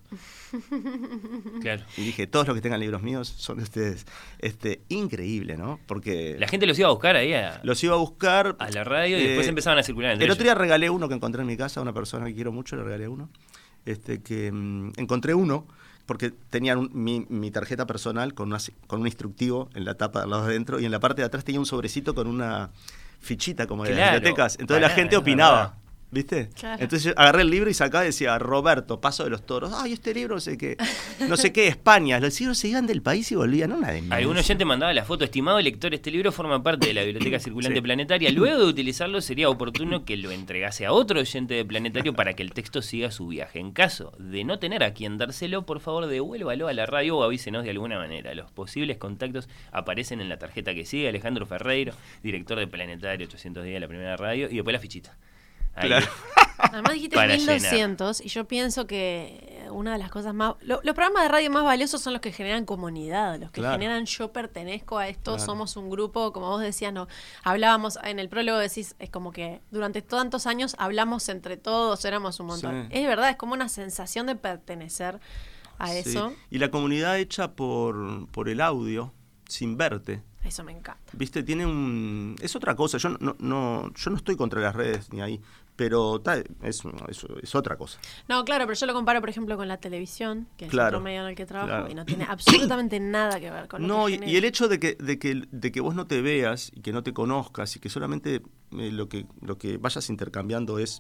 Claro. Y dije, todos los que tengan libros míos son de ustedes. Este, increíble, ¿no? Porque La gente los iba a buscar ahí a, los iba a buscar. a la radio y eh, después empezaban a circular entre El otro ellos. día regalé uno que encontré en mi casa, a una persona que quiero mucho, le regalé uno. Este, que mm, encontré uno, porque tenían un- mi, mi tarjeta personal con, una, con un instructivo en la tapa al lado de adentro, y en la parte de atrás tenía un sobrecito con una fichita como de las Claro, bibliotecas. Entonces la pará, gente es opinaba. verdad. ¿Viste? Claro. Entonces yo agarré el libro y sacaba y decía, Roberto, Paso de los Toros. Ay, este libro no sé qué. No sé qué, España. Los libros se iban del país y volvían. Una de Algún oyente mandaba la foto, estimado lector, este libro forma parte de la Biblioteca Circulante Sí. Planetaria. Luego de utilizarlo sería oportuno que lo entregase a otro oyente de Planetario para que el texto siga su viaje. En caso de no tener a quien dárselo, por favor devuélvalo a la radio o avísenos de alguna manera. Los posibles contactos aparecen en la tarjeta que sigue. Alejandro Ferreiro, director de Planetario, ochocientos días de la primera radio, y después la fichita. Ahí. Claro. Además dijiste Para mil doscientos y yo pienso que una de las cosas más... lo- los programas de radio más valiosos son los que generan comunidad, los que Claro. generan yo pertenezco a esto, Claro. somos un grupo, como vos decías, no hablábamos en el prólogo, decís, es como que durante tantos años hablamos entre todos, éramos un montón. Sí. Es verdad, es como una sensación de pertenecer a Sí. eso. Y la comunidad hecha por, por el audio, sin verte. Eso me encanta. Viste, tiene un... Es otra cosa, yo no, no, yo no estoy contra las redes ni ahí, pero ta, es, es, es otra cosa. No, claro, pero yo lo comparo, por ejemplo, con la televisión, que es Claro, otro medio en el que trabajo, claro. y no tiene absolutamente nada que ver con lo No, que y, genera. y el hecho de que, de, que, de que vos no te veas y que no te conozcas y que solamente eh, lo, que, lo que vayas intercambiando es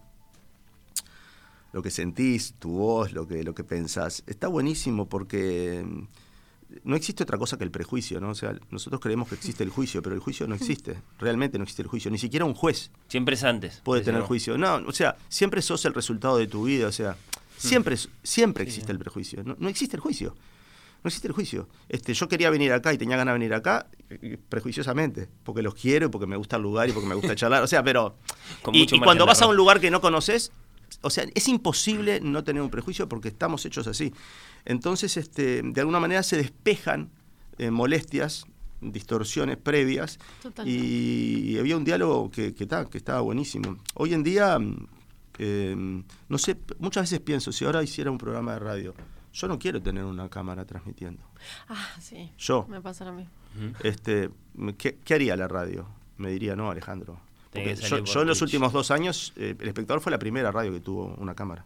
lo que sentís, tu voz, lo que, lo que pensás, está buenísimo porque mm, no existe otra cosa que el prejuicio, ¿no? O sea, nosotros creemos que existe el juicio, pero el juicio no existe, realmente no existe el juicio, ni siquiera un juez Siempre es antes. puede Decía tener vos. juicio. No, o sea, siempre sos el resultado de tu vida, o sea, siempre, siempre existe el prejuicio, no, no existe el juicio. No existe el juicio. Este, yo quería venir acá y tenía ganas de venir acá eh, prejuiciosamente, porque los quiero, porque me gusta el lugar y porque me gusta charlar. O sea, pero... Con y mucho y margen cuando de vas a error. un lugar que no conoces, o sea, es imposible no tener un prejuicio porque estamos hechos así. Entonces, este, de alguna manera se despejan eh, molestias, distorsiones previas, Totalmente. y, y había un diálogo que, que, ta, que estaba buenísimo. Hoy en día, eh, no sé, muchas veces pienso, si ahora hiciera un programa de radio, yo no quiero tener una cámara transmitiendo. Ah, sí. Yo. Me pasa lo mismo. Este, ¿qué, qué haría la radio? Me diría, no, Alejandro. Tenés Porque que yo, salir por yo en los Twitch. últimos dos años, eh, El Espectador fue la primera radio que tuvo una cámara.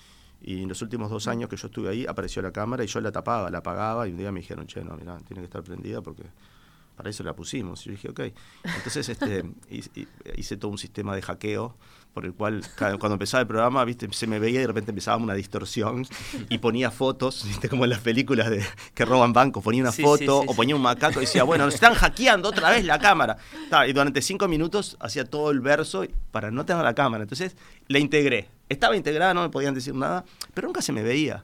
Y en los últimos dos años que yo estuve ahí, apareció la cámara y yo la tapaba, la apagaba, y un día me dijeron, che, no, mirá, tiene que estar prendida porque para eso la pusimos. Y yo dije, ok. Entonces este, hice, hice todo un sistema de hackeo por el cual cada- cuando empezaba el programa, viste, se me veía y de repente empezaba una distorsión y ponía fotos, viste, como en las películas de que roban bancos, ponía una Sí, foto sí, sí, o sí. ponía un macaco y decía, bueno, nos están hackeando otra vez la cámara. Ta, Y durante cinco minutos hacía todo el verso para no tener la cámara. Entonces la integré. Estaba integrada, no me podían decir nada, pero nunca se me veía.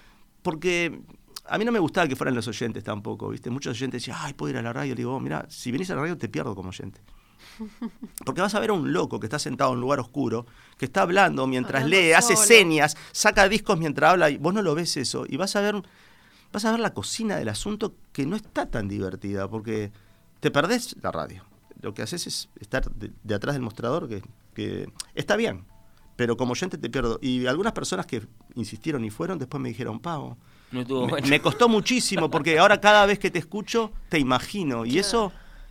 Porque a mí no me gustaba que fueran los oyentes tampoco, ¿viste? Muchos oyentes decían, ay, puedo ir a la radio. Le digo, mira, si venís a la radio te pierdo como oyente. Porque vas a ver a un loco que está sentado en un lugar oscuro, que está hablando mientras Hablando lee, hace solo. señas, saca discos mientras habla, y vos no lo ves eso. Y vas a ver, vas a ver la cocina del asunto que no está tan divertida, porque te perdés la radio. Lo que haces es estar de, de atrás del mostrador, que, que está bien, pero como oyente te pierdo. Y algunas personas que insistieron y fueron, después me dijeron, Pavo, No estuvo me, bueno. me costó muchísimo, porque ahora cada vez que te escucho, te imagino. Y eso...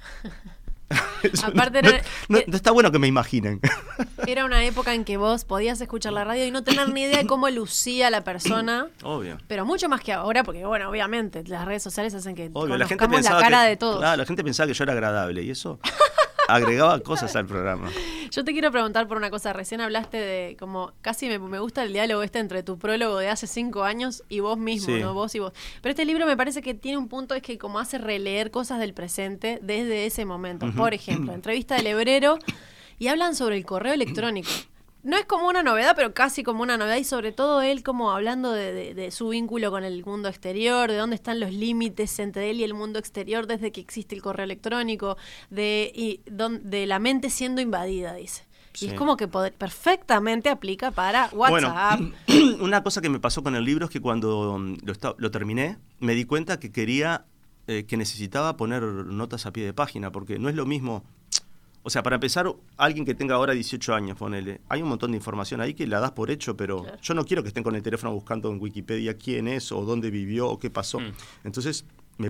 eso Aparte no, era- no- eh, no está bueno que me imaginen. Era una época en que vos podías escuchar la radio y no tener ni idea de cómo lucía la persona. Obvio. Pero mucho más que ahora, porque bueno, obviamente las redes sociales hacen que Obvio, la gente conozcamos pensaba la cara que, de todos. Claro, la gente pensaba que yo era agradable y eso agregaba cosas al programa. Yo te quiero preguntar por una cosa. Recién hablaste de como casi me, me gusta el diálogo este entre tu prólogo de hace cinco años y vos mismo, Sí. ¿no? Vos y vos. Pero este libro me parece que tiene un punto, es que como hace releer cosas del presente desde ese momento. Por ejemplo, entrevista del Hebrero y hablan sobre el correo electrónico. No es como una novedad, pero casi como una novedad, y sobre todo él como hablando de, de- de su vínculo con el mundo exterior, de dónde están los límites entre él y el mundo exterior desde que existe el correo electrónico, de, y don- de la mente siendo invadida, dice. Sí. Y es como que poder- perfectamente aplica para WhatsApp. Bueno, una cosa que me pasó con el libro es que cuando mm, lo, esta- lo terminé, me di cuenta que quería, eh, que necesitaba poner notas a pie de página, porque no es lo mismo. O sea, para empezar, alguien que tenga ahora dieciocho años, ponele, hay un montón de información ahí que la das por hecho, pero Claro. yo no quiero que estén con el teléfono buscando en Wikipedia quién es, o dónde vivió, o qué pasó. Mm. Entonces, me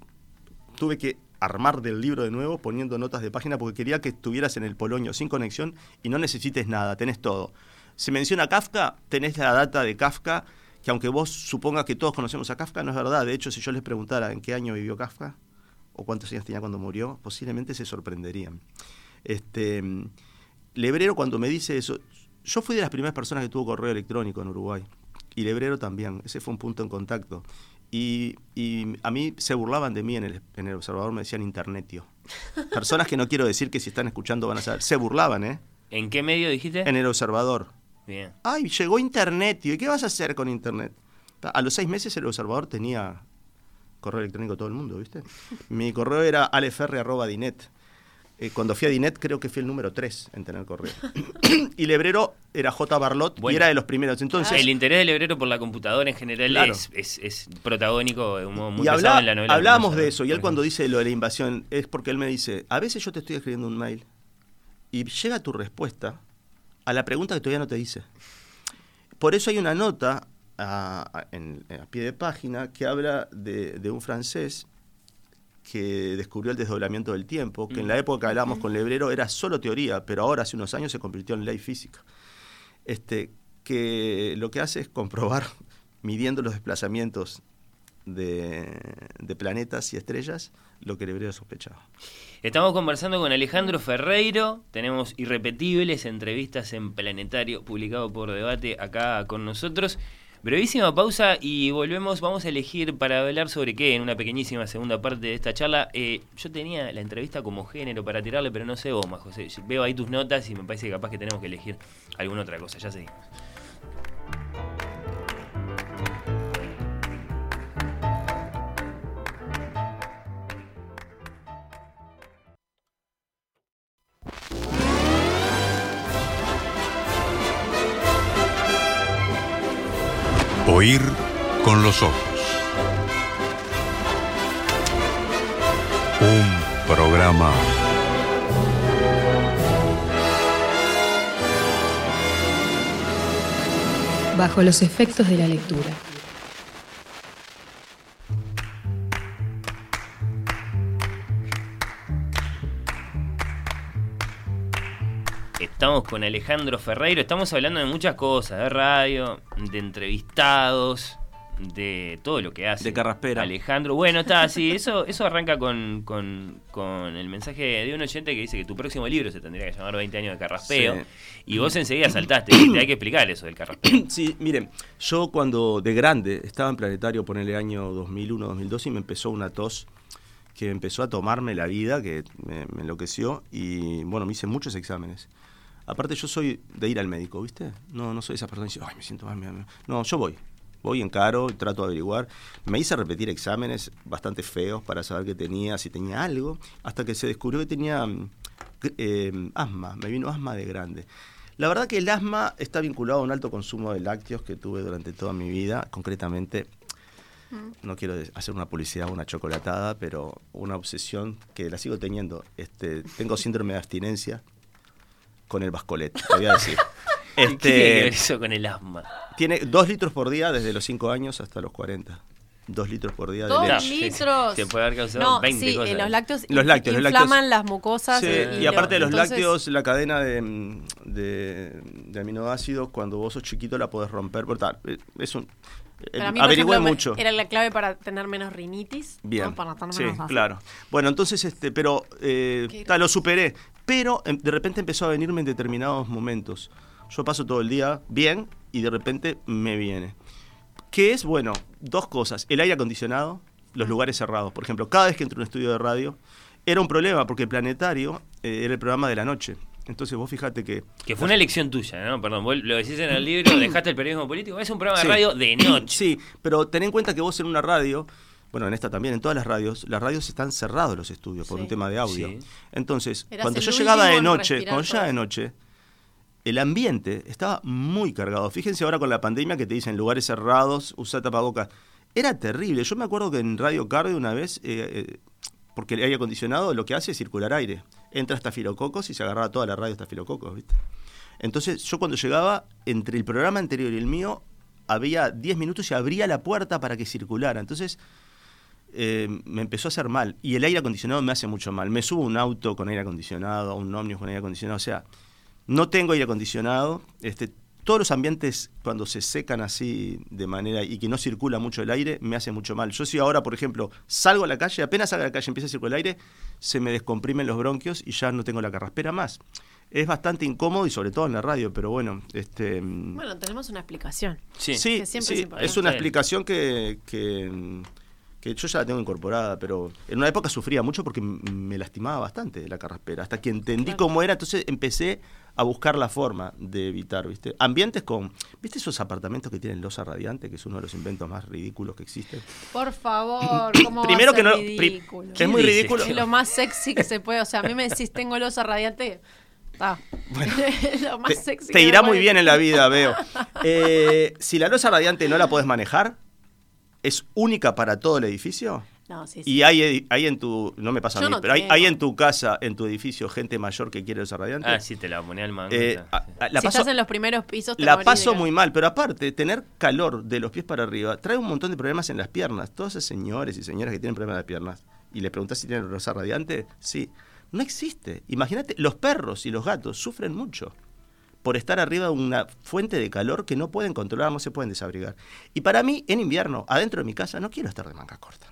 tuve que armar del libro de nuevo poniendo notas de página porque quería que estuvieras en el Polonio sin conexión y no necesites nada, tenés todo. Se menciona Kafka, tenés la data de Kafka, que aunque vos supongas que todos conocemos a Kafka, no es verdad. De hecho, si yo les preguntara en qué año vivió Kafka o cuántos años tenía cuando murió, posiblemente se sorprenderían. Este, Lebrero, cuando me dice eso, yo fui de las primeras personas que tuvo correo electrónico en Uruguay, y Lebrero también, ese fue un punto en contacto. Y, y a mí se burlaban de mí en el, en el Observador, me decían internetio. Personas que no quiero decir que si están escuchando van a saber, se burlaban, ¿eh? ¿En qué medio dijiste? En el Observador. Bien. Ay, llegó internetio, ¿y qué vas a hacer con internet? A los seis meses el Observador tenía correo electrónico todo el mundo, ¿viste? Mi correo era alefr arroba dinet. Eh, cuando fui a Dinet creo que fui el número tres en tener correo. Y Lebrero era J. Barlot Bueno. y era de los primeros. Entonces, El interés del Lebrero por la computadora en general Claro. es, es, es protagónico de un modo muy y pesado habla- en la novela. hablábamos Mendoza, de ¿no? eso. Y él cuando dice lo de la invasión es porque él me dice, a veces yo te estoy escribiendo un mail y llega tu respuesta a la pregunta que todavía no te dice. Por eso hay una nota a, a- en, a pie de página que habla de, de un francés que descubrió el desdoblamiento del tiempo, que en la época que hablábamos con Lebrero era solo teoría, pero ahora hace unos años se convirtió en ley física. Este, que lo que hace es comprobar, midiendo los desplazamientos de, de planetas y estrellas, lo que Lebrero sospechaba. Estamos conversando con Alejandro Ferreiro, tenemos irrepetibles entrevistas en Planetario, publicado por Debate, acá con nosotros. Brevísima pausa y volvemos, vamos a elegir para hablar sobre qué en una pequeñísima segunda parte de esta charla. Eh, yo tenía la entrevista como género para tirarle, pero no sé vos, más José. Veo ahí tus notas y me parece que capaz que tenemos que elegir alguna otra cosa, ya seguimos. Oír con los ojos. Un programa Bajo los efectos de la lectura. Estamos con Alejandro Ferreiro, estamos hablando de muchas cosas, de radio, de entrevistados, de todo lo que hace. De Carraspera. Alejandro, bueno, está así, eso, eso arranca con, con, con el mensaje de un oyente que dice que tu próximo libro se tendría que llamar veinte años de carraspeo, Sí. y vos enseguida saltaste, dijiste, hay que explicar eso del carraspeo. Sí, miren, yo cuando de grande estaba en Planetario, ponele año dos mil uno, dos mil dos, y me empezó una tos que empezó a tomarme la vida, que me, me enloqueció, y bueno, me hice muchos exámenes. Aparte yo soy de ir al médico, ¿viste? No, no soy esa persona que dice, ay, me siento mal. Me, me... No, yo voy. Voy, encaro, trato de averiguar. Me hice repetir exámenes bastante feos para saber qué tenía, si tenía algo, hasta que se descubrió que tenía eh, asma. Me vino asma de grande. La verdad que el asma está vinculado a un alto consumo de lácteos que tuve durante toda mi vida, concretamente. No quiero hacer una publicidad o una chocolatada, pero una obsesión que la sigo teniendo. Este, tengo síndrome de abstinencia con el Bascolet, te voy a decir. ¿Qué tiene que ver Este, eso con el asma? tiene dos litros por día desde los cinco años hasta los cuarenta. Dos litros por día de Dos leche. litros. Te puede haber causado No, veinte sí, cosas. eh, los lácteos, Los lácteos, los inflaman lácteos. las mucosas. Sí, y, y aparte de los entonces- lácteos, la cadena de, de, de aminoácidos, cuando vos sos chiquito la podés romper. Por tal, es un, Para mí, por averigüé ejemplo, me- mucho. Era la clave para tener menos rinitis. Bien, ¿no? Para tener sí, menos asma. claro. Bueno, entonces, este, pero eh, Qué ta, lo superé. Pero em, de repente empezó a venirme en determinados momentos. Yo paso todo el día bien y de repente me viene. ¿Qué es? Bueno, dos cosas. El aire acondicionado, los lugares cerrados. Por ejemplo, cada vez que entro a un estudio de radio, era un problema porque el Planetario eh, era el programa de la noche. Entonces vos fíjate que... Que fue una elección tuya, ¿no? Perdón, vos lo decís en el libro, dejaste el periodismo político, es un programa Sí. de radio de noche. Sí, pero ten en cuenta que vos en una radio, bueno, en esta también, en todas las radios, las radios están cerrados los estudios por Sí. un tema de audio. Sí. Entonces, Eras cuando el yo llegaba último de en noche, respirar cuando yo llegaba de todo. noche, el ambiente estaba muy cargado. Fíjense ahora con la pandemia que te dicen lugares cerrados, usa tapabocas. Era terrible. Yo me acuerdo que en Radio Cardio una vez, eh, eh, porque el aire acondicionado lo que hace es circular aire. Entra estafilococos y se agarraba toda la radio estafilococos, ¿viste? Entonces yo cuando llegaba, entre el programa anterior y el mío, había diez minutos y abría la puerta para que circulara. Entonces eh, me empezó a hacer mal. Y el aire acondicionado me hace mucho mal. Me subo a un auto con aire acondicionado, a un ómnibus con aire acondicionado. O sea, no tengo aire acondicionado. Este, todos los ambientes cuando se secan así de manera y que no circula mucho el aire, me hace mucho mal. Yo si ahora, por ejemplo, salgo a la calle, apenas salgo a la calle, empieza a circular el aire, se me descomprimen los bronquios y ya no tengo la carraspera más. Es bastante incómodo y sobre todo en la radio, pero bueno, este Bueno, tenemos una explicación. Sí. sí, que siempre sí, es importante. es una Bien. explicación que, que, que yo ya la tengo incorporada, pero en una época sufría mucho porque m- me lastimaba bastante la carraspera, hasta que entendí Claro. cómo era, entonces empecé a buscar la forma de evitar, ¿viste? Ambientes con, ¿viste esos apartamentos que tienen losa radiante, que es uno de los inventos más ridículos que existen? Por favor, ¿cómo Primero va a que ser no, pri- ridículo? es muy dices? ridículo. Es lo más sexy que se puede. O sea, a mí me decís, tengo losa radiante. Ah. Es lo más Te, sexy te que irá me muy puede bien en decir. la vida, veo. Eh, si la losa radiante no la podés manejar, ¿es única para todo el edificio? No, sí, sí. Y hay, edi- hay en tu, no me pasa a Yo mí, no pero hay, tengo. hay en tu casa, en tu edificio, gente mayor que quiere losa radiante. Ah, sí, te la ponía al mango. Eh, esa, a- sí. a- la si paso, estás en los primeros pisos, te la morís de paso calor. muy mal, pero aparte, tener calor de los pies para arriba trae un montón de problemas en las piernas. Todos esos señores y señoras que tienen problemas en las piernas, y les preguntás si tienen losa radiante, sí. No existe. Imagínate, los perros y los gatos sufren mucho por estar arriba de una fuente de calor que no pueden controlar, no se pueden desabrigar. Y para mí, en invierno, adentro de mi casa, no quiero estar de manga corta.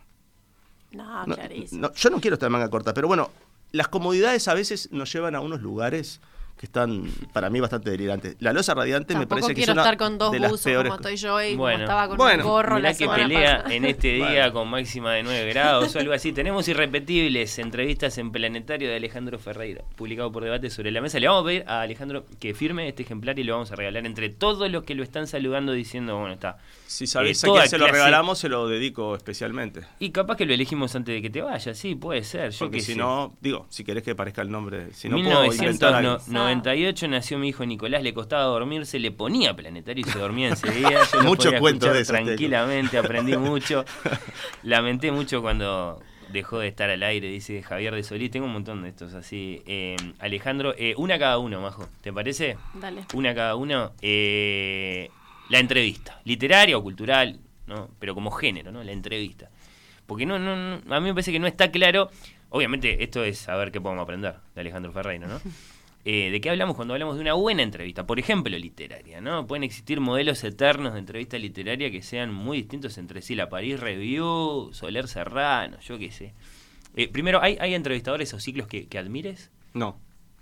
No, No, clarísimo. no, yo no quiero estar de manga corta, pero bueno, las comodidades a veces nos llevan a unos lugares que están, para mí, bastante delirantes. La losa radiante me Tampoco parece que es quiero una estar con dos de las buzos peores como estoy yo y como Bueno. estaba con Bueno, un gorro Mirá la que semana pelea pasada. en este día Bueno. con máxima de nueve grados o algo así. Tenemos irrepetibles entrevistas en Planetario de Alejandro Ferreira, publicado por Debate sobre la Mesa. Le vamos a pedir a Alejandro que firme este ejemplar y lo vamos a regalar entre todos los que lo están saludando diciendo, bueno, está. Si sabés Eh, a toda quién se lo clase- regalamos, se lo dedico especialmente. Y capaz que lo elegimos antes de que te vayas, sí, puede ser. Yo Porque qué si sé. no, digo, si querés que parezca el nombre, si no En puedo inventar algo. mil novecientos noventa y ocho nació mi hijo Nicolás, le costaba dormirse, le ponía Planetario y se dormía enseguida. Yo lo Muchos podía cuentos escuchar de esos tengo. tranquilamente, aprendí mucho. Lamenté mucho cuando dejó de estar al aire, dice Javier de Solís. Tengo un montón de estos así. Eh, Alejandro, eh, una cada uno, Majo, ¿te parece? Dale. Una cada uno. Eh, la entrevista, literaria o cultural, ¿no? Pero como género, ¿no? La entrevista. Porque no, no, no, a mí me parece que no está claro. Obviamente, esto es saber qué podemos aprender de Alejandro Ferreira, ¿no? Eh, ¿De qué hablamos cuando hablamos de una buena entrevista? Por ejemplo, literaria, ¿no? Pueden existir modelos eternos de entrevista literaria que sean muy distintos entre sí. La Paris Review, Soler Serrano, yo qué sé. Eh, primero, ¿hay, ¿hay entrevistadores o ciclos que, que admires? No.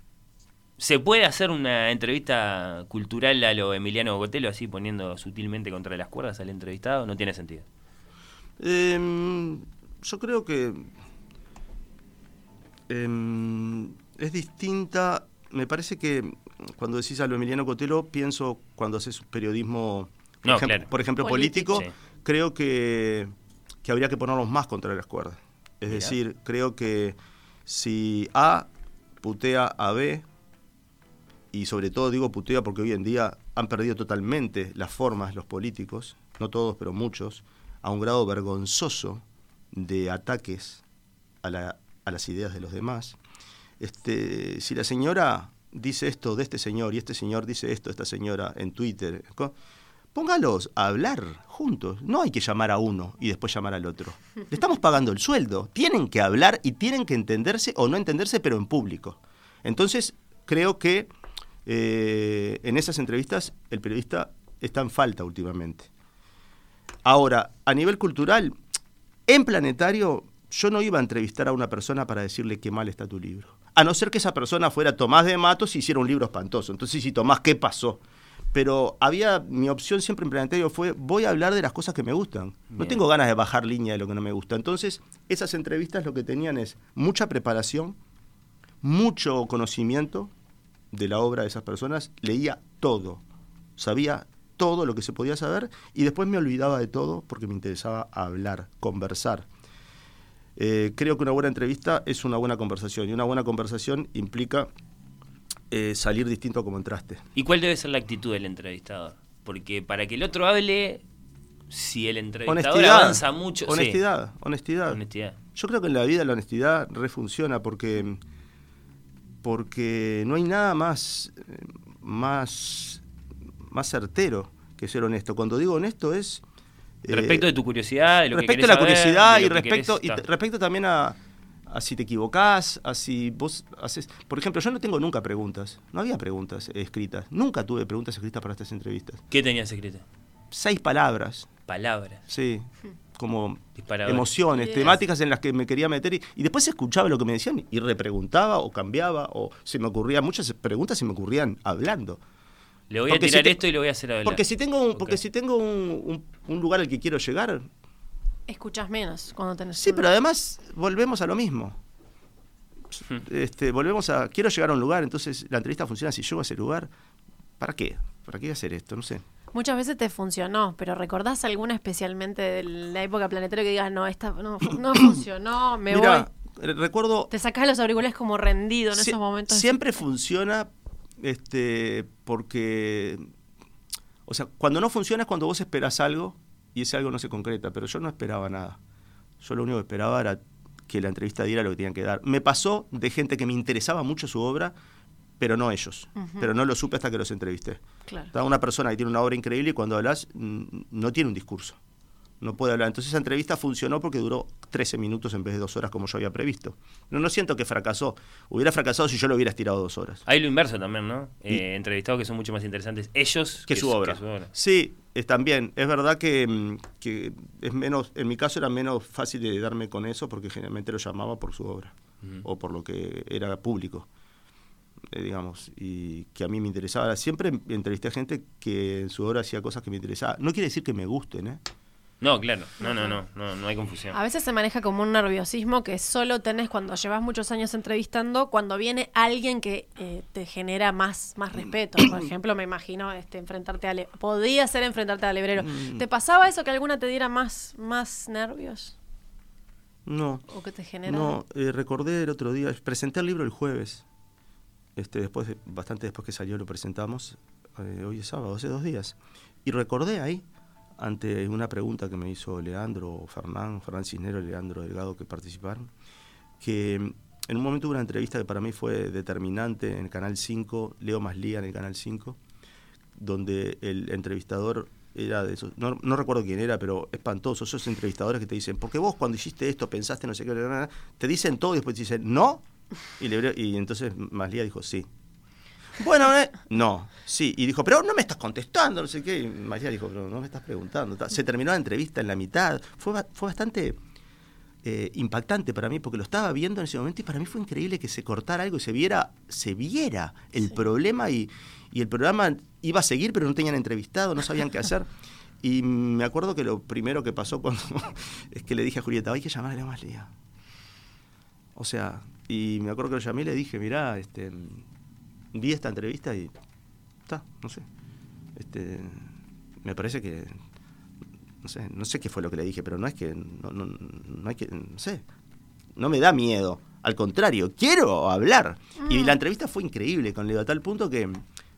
¿Se puede hacer una entrevista cultural a lo Emiliano Gotelo, así poniendo sutilmente contra las cuerdas al entrevistado? No tiene sentido. Eh, yo creo que eh, es distinta. Me parece que cuando decís a lo Emiliano Cotelo, pienso cuando haces periodismo, por, No, ejem- claro. por ejemplo, Político. político, Sí. creo que, que habría que ponernos más contra las cuerdas. Es Mirá. decir, creo que si A putea a B, y sobre todo digo putea porque hoy en día han perdido totalmente las formas los políticos, no todos, pero muchos, a un grado vergonzoso de ataques a, la, a las ideas de los demás. Este, si la señora dice esto de este señor y este señor dice esto de esta señora en Twitter, co- póngalos a hablar juntos. No hay que llamar a uno y después llamar al otro. Le estamos pagando el sueldo. Tienen que hablar y tienen que entenderse o no entenderse, pero en público. Entonces, creo que eh, en esas entrevistas el periodista está en falta últimamente. Ahora, a nivel cultural, en Planetario yo no iba a entrevistar a una persona para decirle qué mal está tu libro. A no ser que esa persona fuera Tomás de Matos y hiciera un libro espantoso. Entonces, si Tomás, ¿qué pasó? Pero había, mi opción siempre en Planetario fue, voy a hablar de las cosas que me gustan. No Bien. tengo ganas de bajar línea de lo que no me gusta. Entonces, esas entrevistas lo que tenían es mucha preparación, mucho conocimiento de la obra de esas personas. Leía todo, sabía todo lo que se podía saber y después me olvidaba de todo porque me interesaba hablar, conversar. Eh, creo que una buena entrevista es una buena conversación y una buena conversación implica eh, salir distinto como entraste. ¿Y cuál debe ser la actitud del entrevistador? Porque para que el otro hable, si el entrevistador Honestidad, avanza mucho... sí. honestidad, honestidad. Honestidad. Yo creo que en la vida la honestidad refunciona porque, porque no hay nada más, eh, más, más certero que ser honesto. Cuando digo honesto es... eh, Respecto de tu curiosidad, de lo que respecto querés a la saber, curiosidad de y lo que respecto, querés- y ta. t- respecto también a, a si te equivocás, a si vos haces... Por ejemplo, yo no tengo nunca preguntas. No había preguntas escritas. Nunca tuve preguntas escritas para estas entrevistas. ¿Qué tenías escrito? Seis palabras, Palabras. sí, como Disparadores. emociones, Yes. temáticas en las que me quería meter y, y después escuchaba lo que me decían y repreguntaba o cambiaba o se me ocurrían, muchas preguntas se me ocurrían hablando. Le voy Porque a tirar si te- esto y lo voy a hacer hablar. Porque si tengo un, porque Ok. si tengo un, un- un lugar al que quiero llegar, Escuchás menos cuando tenés... Sí, pero además volvemos a lo mismo. Este, volvemos a... Quiero llegar a un lugar, entonces la entrevista funciona si llego a ese lugar. ¿Para qué? ¿Para qué hacer esto? No sé. Muchas veces te funcionó, pero ¿recordás alguna especialmente de la época Planetario que digas, no, esta no, no funcionó, me Mirá, voy? recuerdo... Te sacás los auriculares como rendido en si, esos momentos. Siempre funciona este, porque... O sea, cuando no funciona es cuando vos esperás algo y ese algo no se concreta, pero yo no esperaba nada. Yo lo único que esperaba era que la entrevista diera lo que tenían que dar. Me pasó de gente que me interesaba mucho su obra, pero no ellos. Uh-huh. Pero no lo supe hasta que los entrevisté. Claro. Está una persona que tiene una obra increíble y cuando hablas no tiene un discurso. No puede hablar. Entonces esa entrevista funcionó porque duró trece minutos en vez de dos horas como yo había previsto. No, no siento que fracasó. Hubiera fracasado si yo lo hubiera estirado dos horas. Hay lo inverso también, ¿no? Eh, entrevistados que son mucho más interesantes ellos que, que, su, obra. que su obra. Sí, es, también. Es verdad que, que es menos, en mi caso era menos fácil de darme con eso porque generalmente lo llamaba por su obra uh-huh. o por lo que era público. Eh, digamos, y que a mí me interesaba. Siempre entrevisté a gente que en su obra hacía cosas que me interesaban. No quiere decir que me gusten, ¿eh? No, claro, no, no, no, no, no hay confusión. A veces se maneja como un nerviosismo que solo tenés cuando llevas muchos años entrevistando, cuando viene alguien que eh, te genera más, más respeto. Por ejemplo, me imagino este, enfrentarte a Le- podía ser enfrentarte a Lebrero. Mm. ¿Te pasaba eso que alguna te diera más, más nervios? No. ¿O que te generara? No, eh, recordé el otro día, presenté el libro el jueves. Este, después de, bastante después que salió lo presentamos. Eh, hoy es sábado, hace dos días. Y recordé ahí, ante una pregunta que me hizo Leandro, Fernán, Fernán Cisnero y Leandro Delgado que participaron, que en un momento hubo una entrevista que para mí fue determinante en el Canal cinco, Leo Maslía en el Canal cinco, donde el entrevistador era de esos, no, no recuerdo quién era, pero espantoso, esos entrevistadores que te dicen, porque vos cuando hiciste esto pensaste no sé qué, te dicen todo y después te dicen, ¿no? Y, le, y entonces Maslía dijo, sí. Bueno, eh, no, sí, y dijo, pero no me estás contestando, no sé qué, y María dijo, pero no me estás preguntando. Se terminó la entrevista en la mitad, fue, fue bastante eh, impactante para mí, porque lo estaba viendo en ese momento y para mí fue increíble que se cortara algo y se viera, se viera el sí. problema y, y el programa iba a seguir, pero no tenían entrevistado, no sabían qué hacer. Y me acuerdo que lo primero que pasó cuando es que le dije a Julieta, hay que llamar a Leo Maslía. O sea, y me acuerdo que lo llamé y le dije, mirá, este... vi esta entrevista y está, no sé. Este, me parece que no sé, no sé qué fue lo que le dije, pero no es que no, no, no hay que, no sé. No me da miedo, al contrario, quiero hablar. Mm. Y la entrevista fue increíble con Leo a tal punto que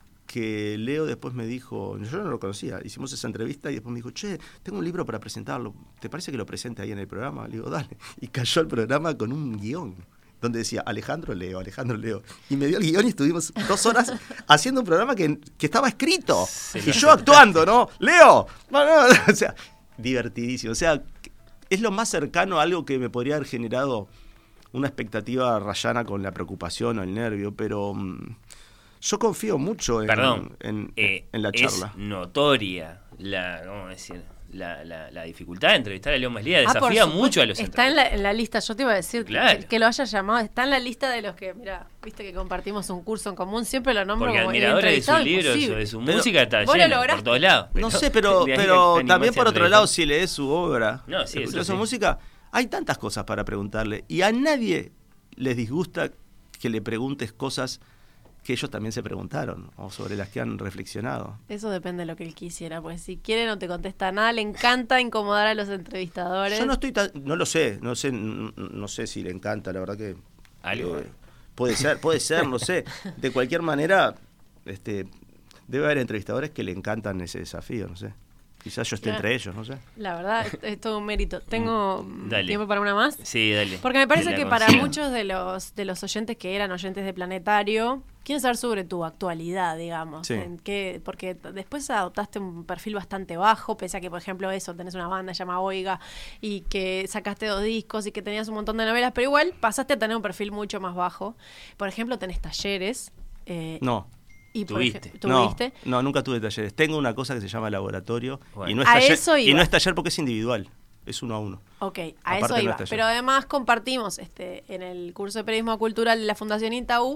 que Leo después me dijo, yo no lo conocía, hicimos esa entrevista y después me dijo, "Che, tengo un libro para presentarlo. ¿Te parece que lo presente ahí en el programa?" Le digo, "Dale." Y cayó el programa con un guión donde decía Alejandro Leo, Alejandro Leo. Y me dio el guión y estuvimos dos horas haciendo un programa que, que estaba escrito. Sí, y yo actuando, ¿no? ¡Leo! No, no, o sea, divertidísimo. O sea, es lo más cercano a algo que me podría haber generado una expectativa rayana con la preocupación o el nervio, pero um, yo confío mucho en, Perdón, en, eh, en la charla. Es notoria la, ¿cómo decir? La, la, la dificultad de entrevistar a Leo Maslía, desafía ah, mucho a los está en la, en la lista, yo te iba a decir claro. que, que lo haya llamado, está en la lista de los que, mira, viste que compartimos un curso en común, siempre lo nombro porque como admiradores de sus libros o de su pero, música está lleno por todos lados. Pero, no sé, pero, pero también por otro lado, si lees su obra, no, sí, eso su sí. música, hay tantas cosas para preguntarle y a nadie les disgusta que le preguntes cosas que ellos también se preguntaron o sobre las que han reflexionado. Eso depende de lo que él quisiera, pues si quiere no te contesta nada, le encanta incomodar a los entrevistadores. Yo no estoy tan, no lo sé, no sé, no, no sé si le encanta, la verdad que algo eh, puede ser, puede ser, no sé. De cualquier manera, este, debe haber entrevistadores que le encantan ese desafío, no sé. Quizás yo esté claro. entre ellos, no sé. La verdad, es, es todo un mérito. ¿Tengo dale. tiempo para una más? Sí, dale. Porque me parece la que consigo. para muchos de los de los oyentes que eran oyentes de Planetario, quieren saber sobre tu actualidad, digamos. Sí. En qué, porque después adoptaste un perfil bastante bajo, pese a que, por ejemplo, eso, tenés una banda llamada Oiga, y que sacaste dos discos y que tenías un montón de novelas, pero igual pasaste a tener un perfil mucho más bajo. Por ejemplo, tenés talleres. Eh, no. Y ¿Tuviste? Ej- ¿Tuviste? No, no, nunca tuve talleres. Tengo una cosa que se llama laboratorio bueno. y, no es a taller, eso iba. y no es taller porque es individual, es uno a uno. Ok, a Aparte eso no iba. es taller. Pero además compartimos este en el curso de periodismo cultural de la Fundación Itaú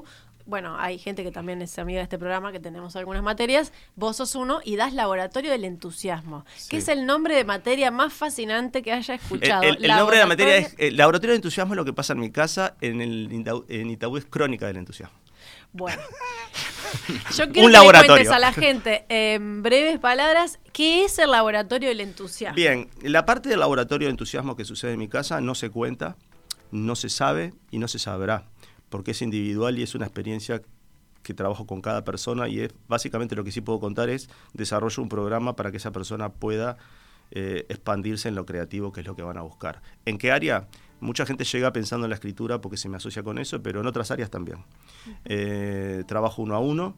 bueno, hay gente que también es amiga de este programa, que tenemos algunas materias, vos sos uno y das Laboratorio del Entusiasmo, Sí. que es el nombre de materia más fascinante que haya escuchado. El, el- el nombre de la materia es Laboratorio- el Laboratorio de Entusiasmo, es lo que pasa en mi casa, en el Itaú- en Itaú es Crónica del Entusiasmo. Bueno, yo quiero Un que le laboratorio. cuentes a la gente, en breves palabras, ¿qué es el Laboratorio del Entusiasmo? Bien, la parte del Laboratorio de Entusiasmo que sucede en mi casa no se cuenta, no se sabe y no se sabrá, porque es individual y es una experiencia que trabajo con cada persona, y es básicamente lo que sí puedo contar es desarrollo un programa para que esa persona pueda eh, expandirse en lo creativo, que es lo que van a buscar. ¿En qué área? Mucha gente llega pensando en la escritura porque se me asocia con eso, pero en otras áreas también. Eh, trabajo uno a uno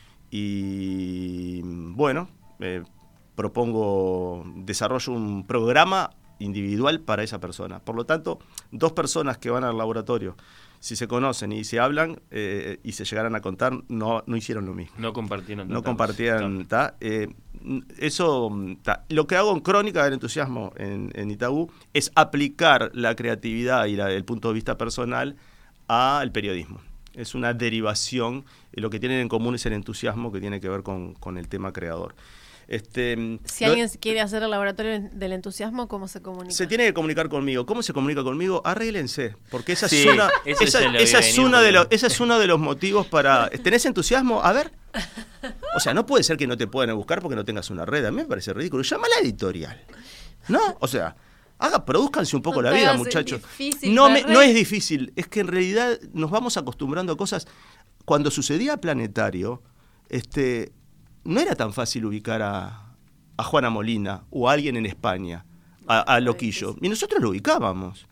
y, bueno, eh, propongo, desarrollo un programa individual para esa persona. Por lo tanto, dos personas que van al laboratorio, si se conocen y se hablan eh, y se llegaran a contar, no, no hicieron lo mismo. No compartieron. No tantas compartían, cosas. ¿tá? Eh, eso, ¿tá? Lo que hago en Crónica del Entusiasmo en, en Itaú es aplicar la creatividad y la, el punto de vista personal al periodismo. Es una derivación, lo que tienen en común es el entusiasmo que tiene que ver con, con el tema creador. Este, Si lo- alguien quiere hacer el Laboratorio del Entusiasmo, ¿cómo se comunica? se tiene que comunicar conmigo. ¿Cómo se comunica conmigo? Arréglense, porque esa Sí, es una, eso esa, se lo esa vi es venir una de porque- los, ese es uno de los motivos para. ¿Tenés entusiasmo? A ver. O sea, no puede ser que no te puedan buscar porque no tengas una red. A mí me parece ridículo. Llama a la editorial. ¿No? O sea, haga, produzcanse un poco No la te vida, hagas el muchachos. difícil, No, me- Ferré. no es difícil. Es que en realidad nos vamos acostumbrando a cosas. Cuando sucedía Planetario, este, no era tan fácil ubicar a. a Juana Molina o a alguien en España, a, a Loquillo. Y nosotros lo ubicábamos.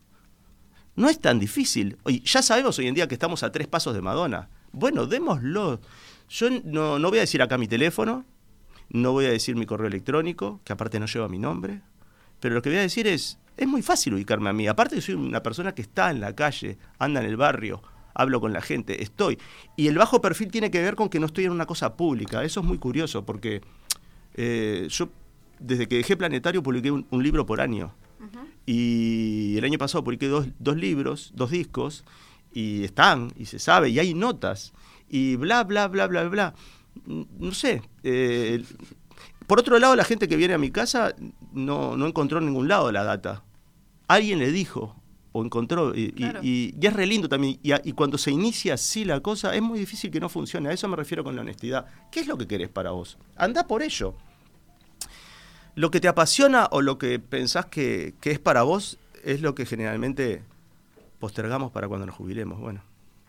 No es tan difícil. Oye, ya sabemos hoy en día que estamos a tres pasos de Madonna. Bueno, démoslo. Yo no, no voy a decir acá mi teléfono, no voy a decir mi correo electrónico, que aparte no lleva mi nombre, pero lo que voy a decir es, es muy fácil ubicarme a mí. Aparte que soy una persona que está en la calle, anda en el barrio, hablo con la gente, estoy. Y el bajo perfil tiene que ver con que no estoy en una cosa pública. Eso es muy curioso porque... Eh, yo, desde que dejé Planetario, publiqué un, un libro por año. Uh-huh. Y el año pasado publiqué dos, dos libros, dos discos, y están, y se sabe, y hay notas, y bla, bla, bla, bla, bla. No sé. Eh, por otro lado, la gente que viene a mi casa no, no encontró en ningún lado la data. Alguien le dijo, o encontró, y, claro. y, y, y es re lindo también. Y, y cuando se inicia así la cosa, es muy difícil que no funcione. A eso me refiero con la honestidad. ¿Qué es lo que querés para vos? Andá por ello. Lo que te apasiona o lo que pensás que, que es para vos es lo que generalmente postergamos para cuando nos jubilemos. Bueno.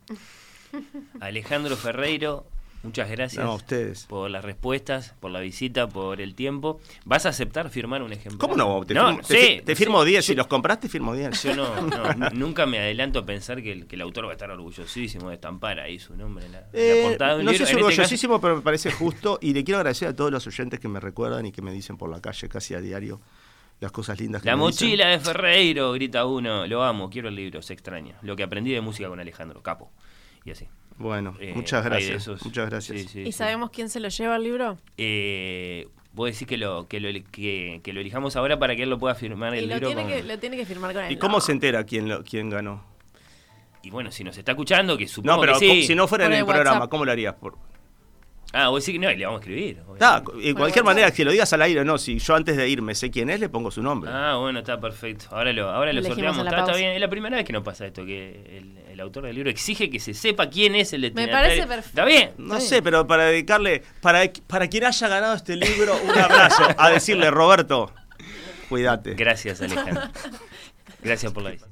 Alejandro Ferreiro, muchas gracias no, a ustedes. por las respuestas, por la visita, por el tiempo. ¿Vas a aceptar firmar un ejemplar? ¿Cómo no? Te no, firmo, sí, te, te firmo sí, diez. yo, si los compraste, firmo diez. Yo no, no nunca me adelanto a pensar que el, que el autor va a estar orgullosísimo de estampar ahí su nombre en la, eh, en la portada de un no libro. sé si En orgullosísimo, este caso, pero me parece justo. Y le quiero agradecer a todos los oyentes que me recuerdan y que me dicen por la calle casi a diario las cosas lindas que La me mochila dicen. de Ferreiro, grita uno. Lo amo, quiero el libro, se extraña. Lo que aprendí de música con Alejandro, capo. Y así. Bueno, Eh, muchas hay de gracias. esos. Muchas gracias. Sí, sí, ¿Y sí. sabemos quién se lo lleva el libro? Eh, ¿Vos decís que lo, que, lo, que, que lo elijamos ahora para que él lo pueda firmar el Y lo libro? tiene, con- que, lo tiene que firmar con él. ¿Y cómo No. se entera quién, lo, quién ganó? Y bueno, si nos está escuchando, que supongo No, pero que sí. co- si no fuera Por en el el programa, WhatsApp. ¿cómo lo harías? Por... Ah, vos decís que no, y le vamos a escribir. Está, obviamente. de cualquier manera, que lo digas al aire o no, si yo antes de irme sé quién es, le pongo su nombre. Ah, bueno, está perfecto. Ahora lo, ahora lo Elegimos sorteamos. en la Está, está pausa. bien. Es la primera vez que nos pasa esto, que el, el autor del libro exige que se sepa quién es el Me destinatario. parece perfecto. Está bien. No está sé, bien. pero para dedicarle, para, para quien haya ganado este libro, un abrazo, a decirle, Roberto, cuídate. Gracias, Alejandro. Gracias por la visita.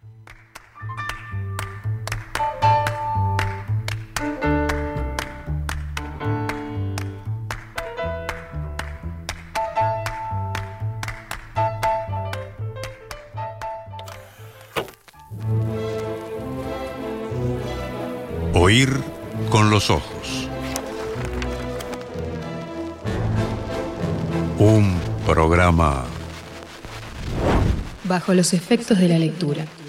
Oír con los ojos. Un programa Bajo los efectos de la lectura.